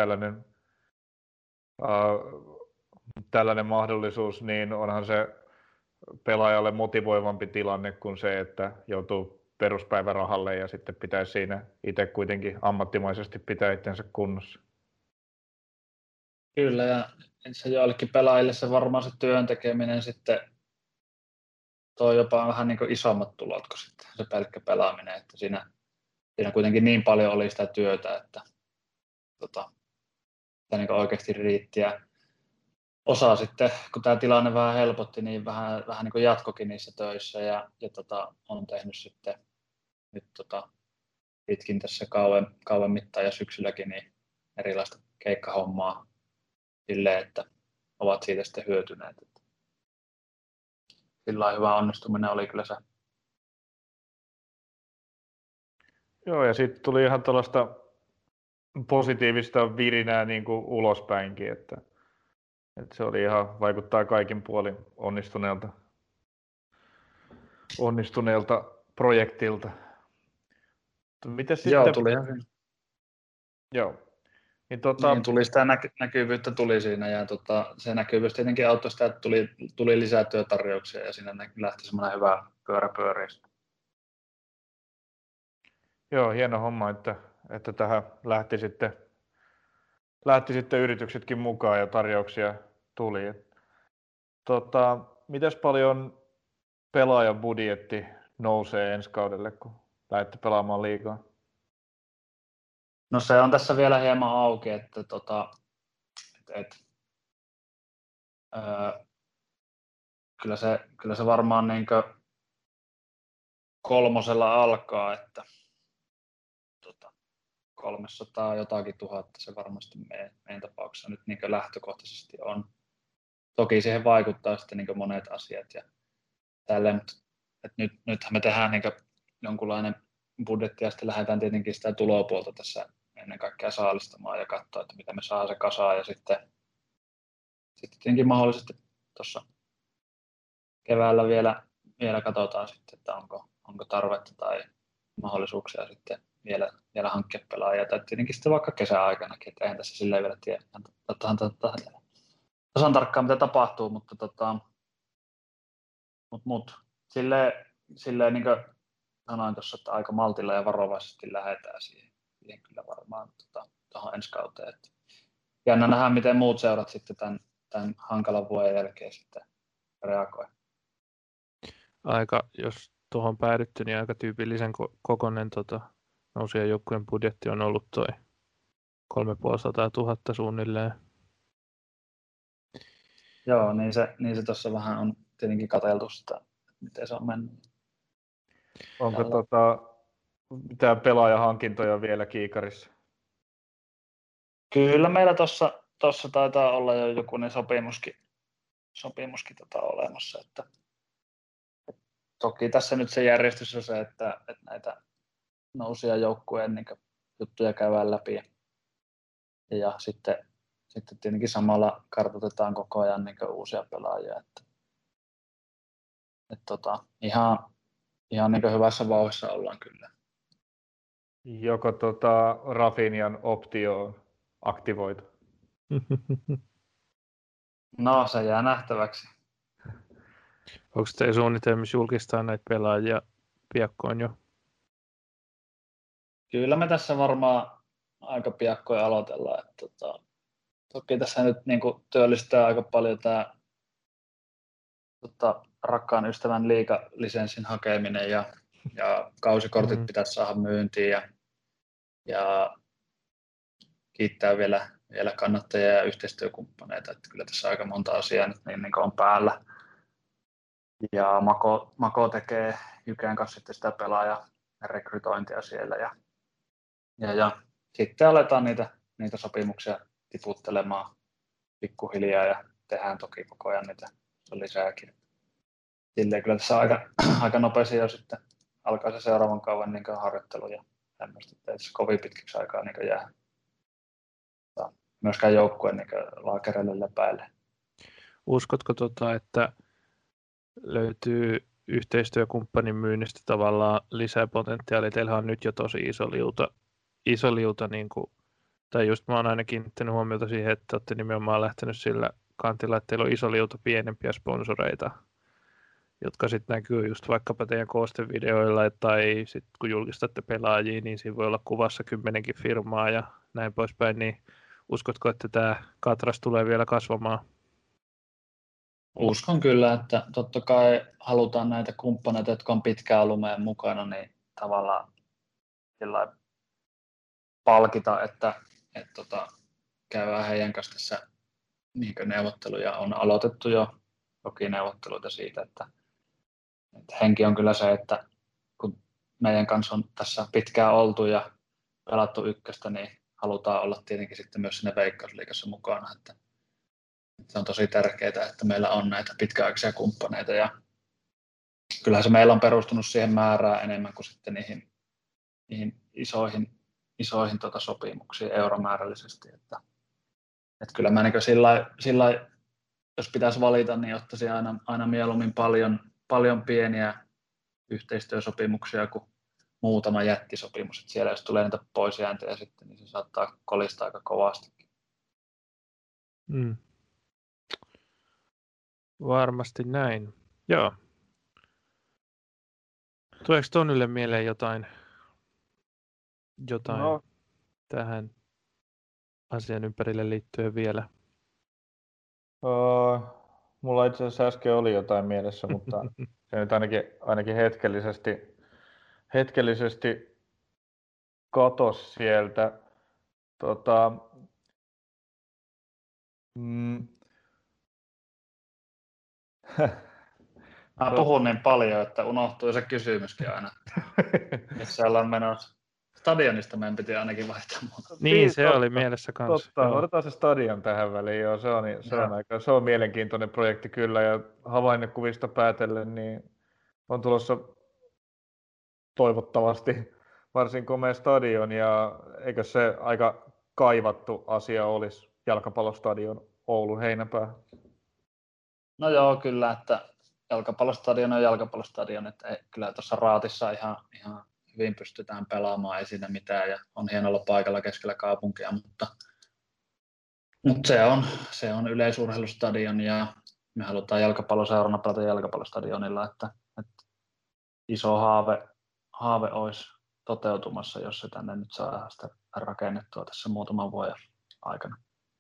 tällainen mahdollisuus, niin onhan se pelaajalle motivoivampi tilanne kuin se, että joutuu peruspäivärahalle ja sitten pitäisi siinä itse kuitenkin ammattimaisesti pitää itsensä kunnossa. Kyllä, ja se joillekin pelaajille se varmaan se työn tekeminen sitten tuo jopa vähän niin kuin isommat tulot kuin sitten se pelkkä pelaaminen, että siinä kuitenkin niin paljon oli sitä työtä, että niin oikeasti riitti. Ja osa sitten, kun tämä tilanne vähän helpotti, niin vähän niin kuin jatkokin niissä töissä ja on tehnyt sitten nyt pitkin tässä kauan mittaan ja syksylläkin niin erilaista keikkahommaa silleen, että ovat siitä sitten hyötyneet. Sillä hyvä onnistuminen oli kyllä se. Joo, ja sitten tuli ihan tällaista positiivista virinää niin kuin ulospäinkin, että se oli ihan, vaikuttaa kaikin puolin onnistuneelta projektilta. Mites sitten? Joo, tulihan siinä. Joo. Niin, tuli sitä näkyvyyttä tuli siinä ja se näkyvyys tietenkin auttoi sitä, että tuli lisää työtarjouksia ja siinä lähti semmoinen hyvä pyörä pyöriin. Joo, hieno homma, että tähän lähti sitten yrityksetkin mukaan ja tarjouksia tuli. Mitäs paljon pelaajan budjetti nousee ensi kaudelle, kun lähdette pelaamaan liigaa? No se on tässä vielä hieman auki, että kyllä se varmaan niin 3 alkaa, että 300 jotakin tuhatta se varmasti meidän tapauksessa nyt niin lähtökohtaisesti on. Toki siihen vaikuttaa sitten niin monet asiat ja tälleen, mutta nythän me tehdään niin jonkunlainen budjetti ja sitten lähdetään tietenkin sitä tulopuolta tässä ennen kaikkea saalistamaan ja katsoa, että mitä me saa se kasaan ja sitten tietenkin mahdollisesti tuossa keväällä vielä katsotaan sitten, että onko tarvetta tai mahdollisuuksia sitten vielä hankkia pelaajia tai tietenkin sitten vaikka kesäaikanakin, että eihän tässä silleen vielä tiedä tasan tarkkaan mitä tapahtuu, mutta silleen niin kuin sanoin tuossa, että aika maltilla ja varovaisesti lähdetään siihen kyllä varmaan tuohon ensi kauteen. Jännä nähdä, miten muut seurat sitten tämän hankalan vuoden jälkeen sitten reagoi. Jos tuohon päädytty, niin aika tyypillisen kokoinen nousijan joukkueen budjetti on ollut toi 350 000 suunnilleen. Joo, niin se tuossa vähän on tietenkin katseltu sitä, miten se on mennyt. Onko mitään pelaajahankintoja vielä kiikarissa? Kyllä meillä tuossa taitaa olla jo jokunen sopimuskin olemassa. Että toki tässä nyt se järjestys on se, että näitä nousia joukkueen niin juttuja käydään läpi ja sitten tietenkin samalla kartoitetaan koko ajan niin uusia pelaajia. Ihan niin hyvässä vauhdissa ollaan kyllä. Joko Rafinhan optio on aktivoitu? No, se jää nähtäväksi. Onko teidän suunnitelmissa julkistaa näitä pelaajia piakkoon jo? Kyllä me tässä varmaan aika piakkoin aloitellaan. Toki tässä nyt niin kuin työllistää aika paljon tämä rakkaan ystävän liigalisenssin hakeminen ja kausikortit pitäisi saada myyntiin ja kiittää vielä kannattajia ja yhteistyökumppaneita. Että kyllä tässä aika monta asiaa nyt niin on päällä. Ja Mako tekee Jykän kanssa sitten sitä pelaajarekrytointia siellä ja sitten aletaan niitä sopimuksia tiputtelemaan pikkuhiljaa ja tehdään toki koko ajan niitä lisääkin. Silleen kyllä tässä aika nopeasti jo sitten alkaa se seuraavan kauan niin harjoittelu ja tämmöistä, että ei tässä kovin pitkiksi aikaa niin jää myöskään joukkueen niin laakereille lepäille. Uskotko, että löytyy yhteistyökumppanin myynnistä tavallaan lisää potentiaalia? Teillähän on nyt jo tosi iso liuta niin kuin, tai just mä oon aina kiinnittänyt huomiota siihen, että olette nimenomaan lähtenyt sillä kantilla, että teillä on iso liuta pienempiä sponsoreita, jotka sitten näkyy just vaikkapa teidän koostevideoilla, tai sitten kun julkistatte pelaajia, niin siinä voi olla kuvassa 10 firmaa ja näin poispäin, niin uskotko, että tämä katras tulee vielä kasvamaan? Uskon kyllä, että totta kai halutaan näitä kumppaneita, jotka on pitkään ollut meidän mukana, niin tavallaan palkita, että käydään heidän kanssa tässä niin neuvotteluja. On aloitettu jo toki neuvotteluita siitä, että henki on kyllä se, että kun meidän kanssa on tässä pitkään oltu ja pelattu ykköstä, niin halutaan olla tietenkin sitten myös siinä Veikkausliigassa mukana. Että se on tosi tärkeää, että meillä on näitä pitkäaikaisia kumppaneita ja kyllähän se meillä on perustunut siihen määrään enemmän kuin sitten niihin isoihin sopimuksiin euromäärällisesti. Että kyllä mä niin sillä jos pitäisi valita, niin ottaisin aina mieluummin paljon pieniä yhteistyösopimuksia kuin muutama jättisopimus. Että siellä jos tulee niitä poisjääntöjä sitten, niin se saattaa kolistaa aika kovastikin. Varmasti näin. Joo. Tuleeko Tonylle mieleen jotain tähän asian ympärille liittyen vielä? Mulla itse asiassa äsken oli jotain mielessä, mutta se nyt ainakin hetkellisesti katosi sieltä. Mä puhun niin paljon, että unohtuu se kysymyskin aina. Missä ollaan menossa. Stadionista meidän piti ainakin vaihtaa muuta. Niin, se oli mielessä kanssa. Totta, otetaan se stadion tähän väliin. Joo, se on mielenkiintoinen projekti kyllä. Ja havainnekuvista päätellen niin on tulossa toivottavasti varsin komea stadion. Ja eikö se aika kaivattu asia olisi jalkapallostadion Oulun Heinäpää? No joo, kyllä, että jalkapallostadion on jalkapallostadion. Että kyllä tuossa Raatissa ihan hyvin pystytään pelaamaan, ei siinä mitään ja on hienoa olla paikalla keskellä kaupunkia, mutta se on yleisurheilustadion ja me halutaan jalkapalloseurana pelata jalkapallostadionilla, että iso haave olisi toteutumassa, jos se tänne nyt saadaan sitä rakennettua tässä muutaman vuoden aikana.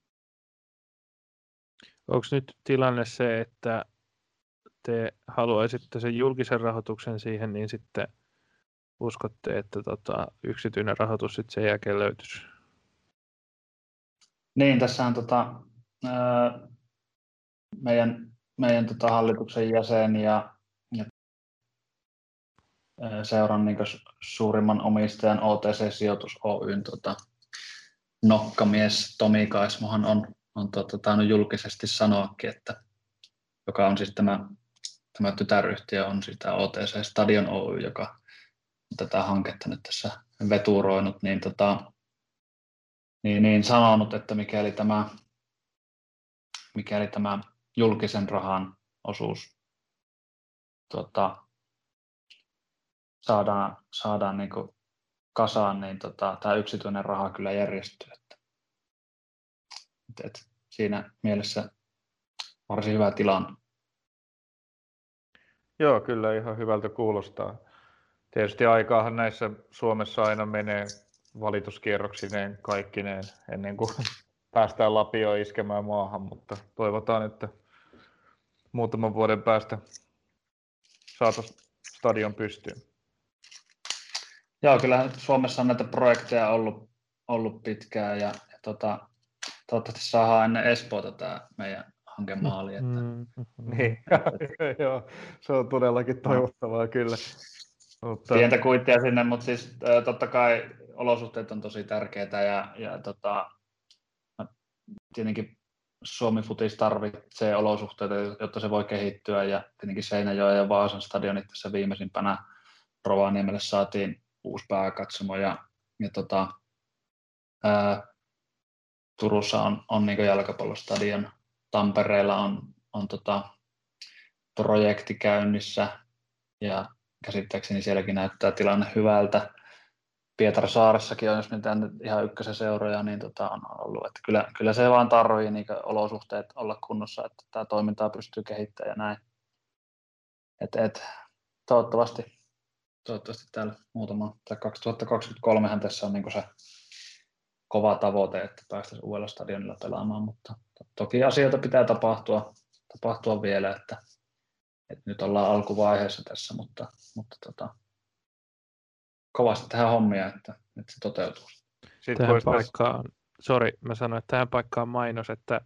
Onko nyt tilanne se, että te haluaisitte sen julkisen rahoituksen siihen, niin sitten uskotte, että yksityinen rahoitus sitten sen jälkeen löytyisi? Niin, tässä on meidän hallituksen jäsen ja seuran niin suurimman omistajan OTC-sijoitus Oyn nokkamies Tomi Kaismohan on tainnut julkisesti sanoakin, että joka on siis tämä tytäryhtiö on siis tämä OTC Stadion Oy, joka on tätä hanketta nyt tässä veturoinut, niin sanonut, että mikäli tämä julkisen rahan osuus saadaan niin kuin kasaan, niin tämä yksityinen raha kyllä järjestyy. Et siinä mielessä varsin hyvä tilanne. Joo, kyllä ihan hyvältä kuulostaa. Tietysti aikaahan näissä Suomessa aina menee valituskierroksineen kaikkineen ennen kuin päästään lapioon iskemään maahan, mutta toivotaan, että muutaman vuoden päästä saataisiin stadion pystyyn. Joo, kyllä Suomessa on näitä projekteja ollut pitkään ja toivottavasti saadaan ennen Espoota tämä meidän hankemaali. Niin, joo, se on todellakin toivottavaa kyllä. Mutta pientä kuittia sinne, mutta siis totta kai olosuhteet on tosi tärkeitä ja tietenkin Suomi Futis tarvitsee olosuhteita, jotta se voi kehittyä ja tietenkin Seinäjoen ja Vaasan stadionit tässä viimeisimpänä Rovaniemelle saatiin uusi pääkatsomo ja Turussa on niin jalkapallostadion, Tampereella on projekti käynnissä ja käsittääkseni sielläkin näyttää tilanne hyvältä. Pietarsaaressakin on, jos nyt ihan ykkösen seuroja, niin on ollut, että kyllä se vaan tarvii niin olosuhteet olla kunnossa, että tämä toimintaa pystyy kehittämään ja näin. Toivottavasti täällä 2023 tässä on niin se kova tavoite, että päästäisiin uudella stadionilla pelaamaan, mutta toki asioita pitää tapahtua vielä, että nyt ollaan alkuvaiheessa tässä, mutta kovasti tehdään hommia, että se toteutuu. Tähän paikkaan, mä sanoin, että tähän paikkaan mainos, että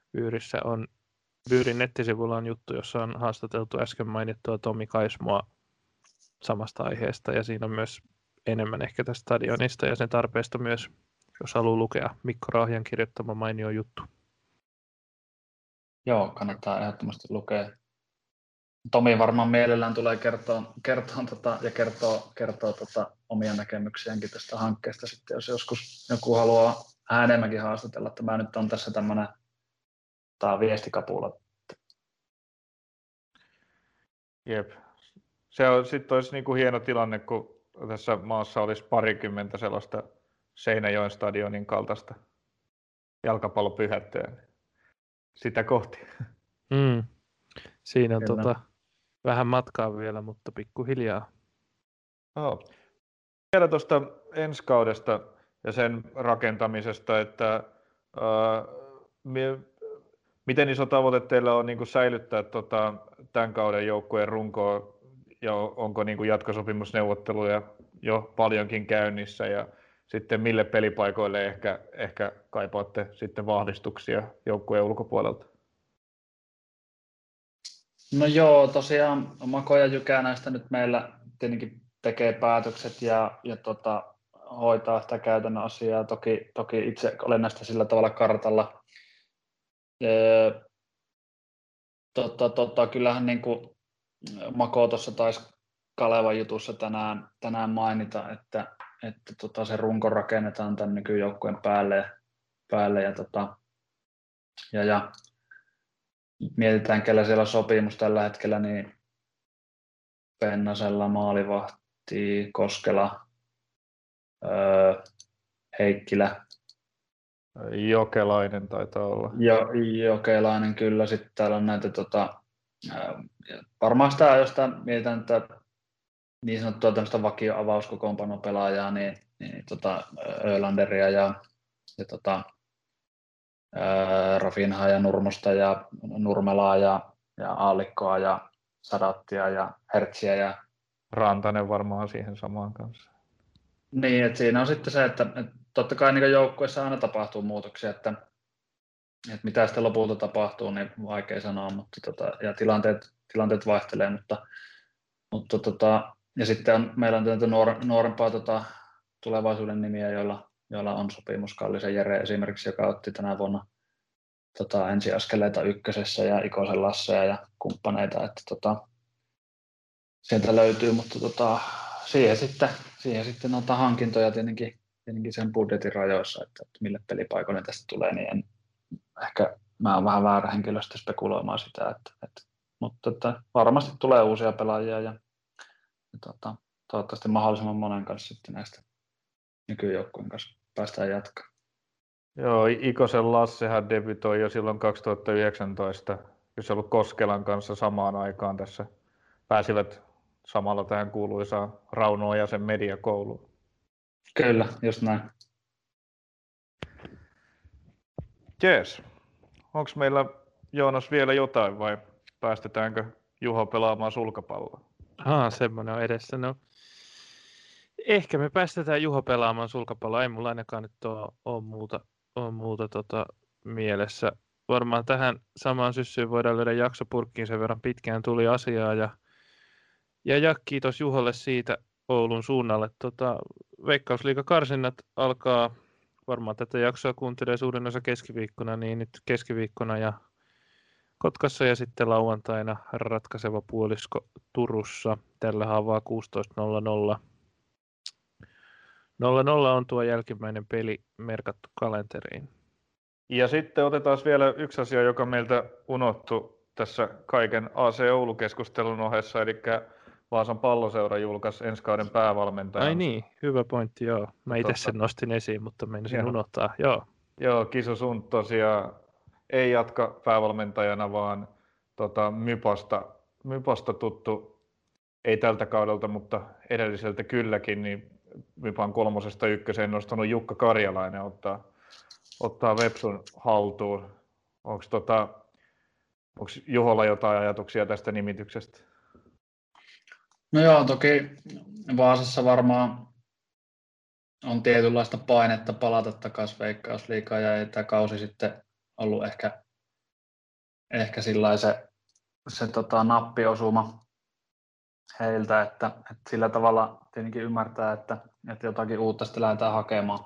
Byyrin nettisivulla on juttu, jossa on haastateltu äsken mainittua Tomi Kaismoa samasta aiheesta, ja siinä on myös enemmän ehkä tästä stadionista ja sen tarpeesta myös, jos haluaa lukea Mikko Rahjan kirjoittama mainio juttu. Joo, kannattaa ehdottomasti lukea. Tomi varmaan mielellään tulee kertoo omia näkemyksiäänkin tästä hankkeesta sitten, jos joskus joku haluaa enemmänkin haastatella. Tämä nyt on tässä tämmöinen viestikapula. Jep. Se on sitten olisi niinku hieno tilanne, kun tässä maassa olisi 20 sellaista Seinäjoen stadionin kaltaista jalkapallopyhättöä. Sitä kohti. Siinä on vähän matkaa vielä, mutta pikkuhiljaa. Vielä tuosta ensi kaudesta ja sen rakentamisesta, että miten iso tavoite teillä on niin kuin säilyttää tämän kauden joukkueen runkoa ja onko niin kuin jatkosopimusneuvotteluja jo paljonkin käynnissä ja sitten mille pelipaikoille ehkä kaipaatte sitten vahvistuksia joukkueen ulkopuolelta? No joo, tosiaan Mako ja Jykää näistä nyt meillä tietenkin tekee päätökset ja hoitaa sitä käytännön asiaa. Toki itse olen näistä sillä tavalla kartalla. Kyllähän niin kuin Mako tuossa taisi Kalevan jutussa tänään mainita, että se runko rakennetaan tämän nykyjoukkueen päälle ja mietitään, kellä siellä on sopimus tällä hetkellä, niin Pennasella, Maalivahti, Koskela, Heikkilä. Jokelainen taitaa olla. Jokelainen kyllä. Sitten täällä on näitä, varmaan sitä, jos mietitään että niin sanottua tämmöistä vakioavauskokoonpanopelaajaa, niin Ölanderia ja Rafinhaa ja Nurmosta ja Nurmelaa ja Aallikkoa ja Sadattia ja Hertsiä ja Rantanen varmaan siihen samaan kanssa. Niin, että siinä on sitten se, että totta kai niin joukkueessa aina tapahtuu muutoksia, että mitä sitten lopulta tapahtuu, niin vaikea sanoa, mutta ja tilanteet vaihtelee, mutta ja sitten meillä on nuorempaa tulevaisuuden nimiä, joilla on sopimus. Kallisen Jere esimerkiksi, joka otti tänä vuonna ensiaskeleita ykkösessä ja Ikosen Lasseja ja kumppaneita, että sieltä löytyy, mutta siihen sitten noita hankintoja tietenkin sen budjetin rajoissa, että mille pelipaikoille tästä tulee, niin ehkä mä oon vähän väärä henkilö sitten spekuloimaan sitä, mutta varmasti tulee uusia pelaajia ja toivottavasti mahdollisimman monen kanssa sitten näistä nykyjoukkueen kanssa päästään jatkaa. Joo, Ikosen Lassehan debytoi jo silloin 2019, jos ollut Koskelan kanssa samaan aikaan tässä. Pääsivät samalla tähän kuuluisaan Rauno Ojasen mediakouluun. Kyllä, just näin. Jees. Onko meillä, Joonas, vielä jotain vai päästetäänkö Juho pelaamaan sulkapalloa? Semmoinen on edessä. No, ehkä me päästetään Juho pelaamaan sulkapalloa. Ei mulla ainakaan nyt ole muuta mielessä. Varmaan tähän samaan syssyyn voidaan löydä jaksopurkkiin, sen verran pitkään tuli asiaa. Ja kiitos Juholle siitä Oulun suunnalle. Veikkausliigakarsinnat alkaa, varmaan tätä jaksoa kuuntelee suurin osa keskiviikkona, niin nyt keskiviikkona ja Kotkassa ja sitten lauantaina ratkaiseva puolisko Turussa. Tällä haavaa 16.00. 0-0 on tuo jälkimmäinen peli merkattu kalenteriin. Ja sitten otetaan vielä yksi asia, joka meiltä unohtui tässä kaiken AC Oulu-keskustelun ohessa, eli Vaasan Palloseura julkaisi ensi kauden päävalmentajan. Ai niin, hyvä pointti, joo. Mä itse sen nostin esiin, mutta menisin unohtaa, joo. Joo, Kisu Sunt tosiaan ei jatka päävalmentajana, vaan Mypasta tuttu, ei tältä kaudelta, mutta edelliseltä kylläkin, niin Mypan 3-1 nostanut Jukka Karjalainen ottaa Vepsun haltuun. Onko Juholla jotain ajatuksia tästä nimityksestä? No joo, toki Vaasassa varmaan on tietynlaista painetta palata takaisin Veikkausliigaan ja ei tämä kausi sitten ollut ehkä se nappiosuma heiltä, että sillä tavalla tietenkin ymmärtää, että jotakin uutta sitten lähdetään hakemaan.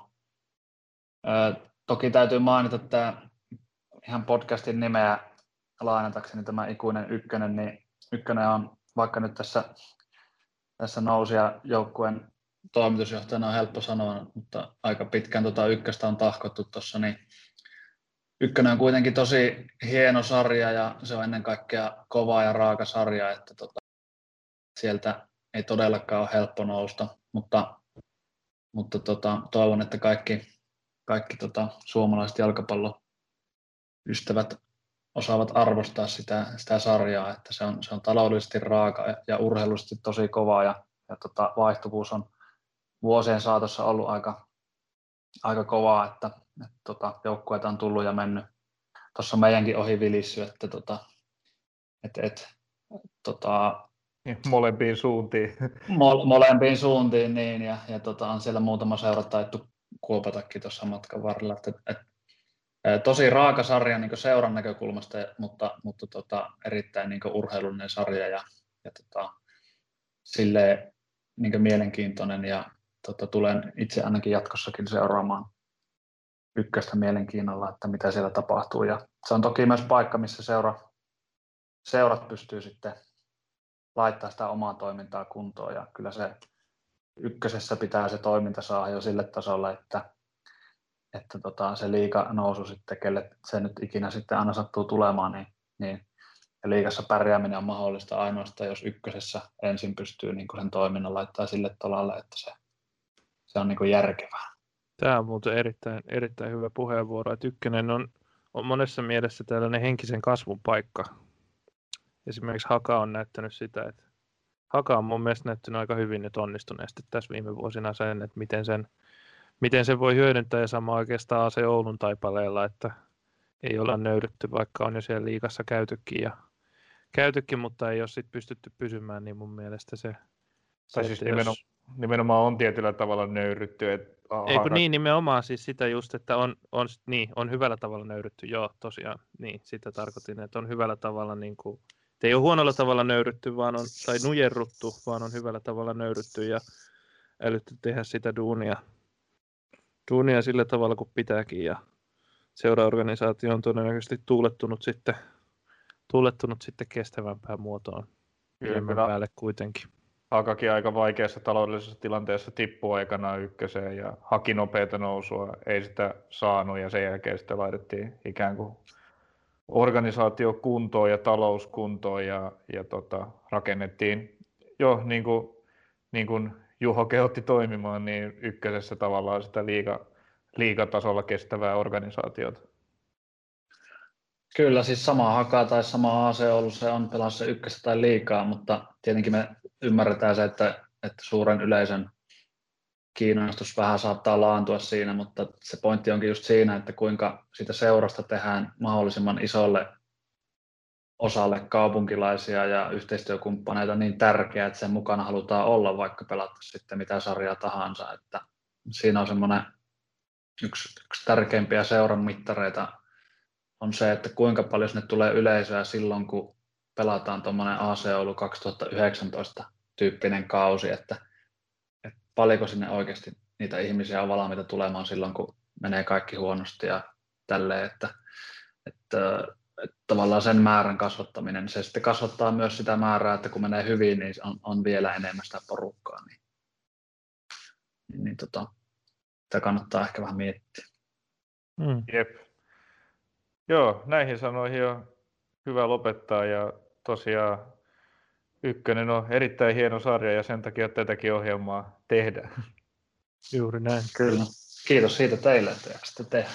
Toki täytyy mainita tämä ihan podcastin nimeä lainatakseni tämä Ikuinen Ykkönen, niin Ykkönen on, vaikka nyt tässä nousija joukkueen toimitusjohtajana on helppo sanoa, mutta aika pitkään ykköstä on tahkottu tuossa, niin Ykkönen on kuitenkin tosi hieno sarja ja se on ennen kaikkea kova ja raaka sarja, että sieltä ei todellakaan ole helppo nousta, mutta toivon, että kaikki suomalaiset jalkapalloystävät osaavat arvostaa sitä sarjaa, että se on taloudellisesti raaka ja urheilullisesti tosi kova ja vaihtuvuus on vuosien saatossa ollut aika kovaa, että joukkueita on tullut ja mennyt. Tuossa meidänkin ohi vilissy, molempiin suuntiin. Molempiin suuntiin, niin, ja on siellä muutama seura taittu kuopatakin tuossa matkan varrella. Tosi raaka sarja niin seuran näkökulmasta, mutta erittäin niin urheilullinen sarja ja silleen niin mielenkiintoinen ja tulen itse ainakin jatkossakin seuraamaan Ykköstä mielenkiinnolla, että mitä siellä tapahtuu. Ja se on toki myös paikka, missä seurat pystyy sitten laittaa sitä omaa toimintaa kuntoon ja kyllä se Ykkösessä pitää se toiminta saada jo sille tasolle, että se liiga nousu sitten, kelle se nyt ikinä sitten aina sattuu tulemaan, niin ja liigassa pärjääminen on mahdollista ainoastaan, jos Ykkösessä ensin pystyy niin sen toiminnan laittaa sille tolalle, että se on niin järkevää. Tämä on muuten erittäin hyvä puheenvuoro, että Ykkönen on monessa mielessä tällainen henkisen kasvun paikka. Esimerkiksi Haka on näyttänyt sitä, että Haka on mun mielestä näyttänyt aika hyvin nyt onnistuneesti tässä viime vuosina sen, että miten sen voi hyödyntää ja sama oikeastaan AC Oulun taipaleella, että ei olla nöyrytty, vaikka on jo siellä liigassa käytykin, mutta ei ole sitten pystytty pysymään, niin mun mielestä se siis nimenomaan on tietyllä tavalla nöyrytty. Niin, nimenomaan siis sitä just, että on hyvällä tavalla nöyrytty, joo tosiaan, niin sitä tarkoitin, että on hyvällä tavalla, niin kuin, ei ole huonolla tavalla nöyrytty, tai nujerruttu, vaan on hyvällä tavalla nöyrytty ja älytty tehdä sitä duunia sillä tavalla kuin pitääkin ja seuraorganisaatio on todennäköisesti tuulettunut sitten kestävämpään muotoon pidemmän päälle kuitenkin. Hakakin aika vaikeassa taloudellisessa tilanteessa tippui aikanaan ykköseen ja haki nopeata nousua, ei sitä saanut ja sen jälkeen sitten laitettiin ikään kuin organisaatio kuntoon ja talous kuntoon ja rakennettiin jo niin kuin Juho kehotti toimimaan, niin ykkösessä tavallaan sitä liigatasolla kestävää organisaatiota. Kyllä, siis sama Haka tai sama AC Oulu, se on pelannut se ykköstä tai liikaa, mutta tietenkin me ymmärretään se, että suuren yleisön kiinnostus vähän saattaa laantua siinä, mutta se pointti onkin just siinä, että kuinka sitä seurasta tehdään mahdollisimman isolle osalle kaupunkilaisia ja yhteistyökumppaneita niin tärkeää, että sen mukana halutaan olla, vaikka pelata sitten mitä sarjaa tahansa. Että siinä on semmoinen yksi tärkeimpiä seuran mittareita on se, että kuinka paljon sinne tulee yleisöä silloin, kun pelataan tuommoinen AC Oulu 2019 tyyppinen kausi, että paljonko sinne oikeasti niitä ihmisiä on valmiita tulemaan silloin, kun menee kaikki huonosti ja tälleen, että tavallaan sen määrän kasvattaminen, se sitten kasvattaa myös sitä määrää, että kun menee hyvin, niin on vielä enemmän sitä porukkaa, niin sitä kannattaa ehkä vähän miettiä. Jep. Joo, näihin sanoihin on hyvä lopettaa ja tosiaan ykkönen on erittäin hieno sarja ja sen takia tätäkin ohjelmaa tehdään. Juuri näin. Kyllä. Kiitos siitä teille, että jaksatte tehdä.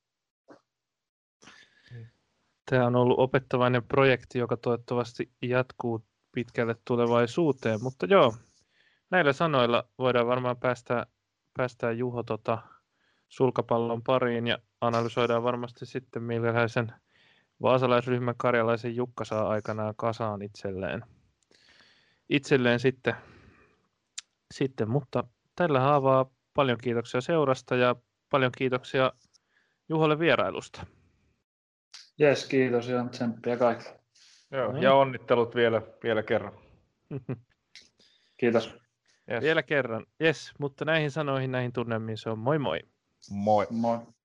Tämä on ollut opettavainen projekti, joka toivottavasti jatkuu pitkälle tulevaisuuteen, mutta joo, näillä sanoilla voidaan varmaan päästää Juho sulkapallon pariin ja analysoidaan varmasti sitten, millaisen vaasalaisryhmän karjalaisen Jukka saa aikanaan kasaan itselleen sitten, mutta tällä haavaa paljon kiitoksia seurasta ja paljon kiitoksia Juholle vierailusta. Jes, kiitos ja tsemppiä kaikille. Joo, ja onnittelut vielä kerran. Kiitos. Yes. Vielä kerran, jes, mutta näihin sanoihin, näihin tunnelmiin se on moi moi. Moi. Moi.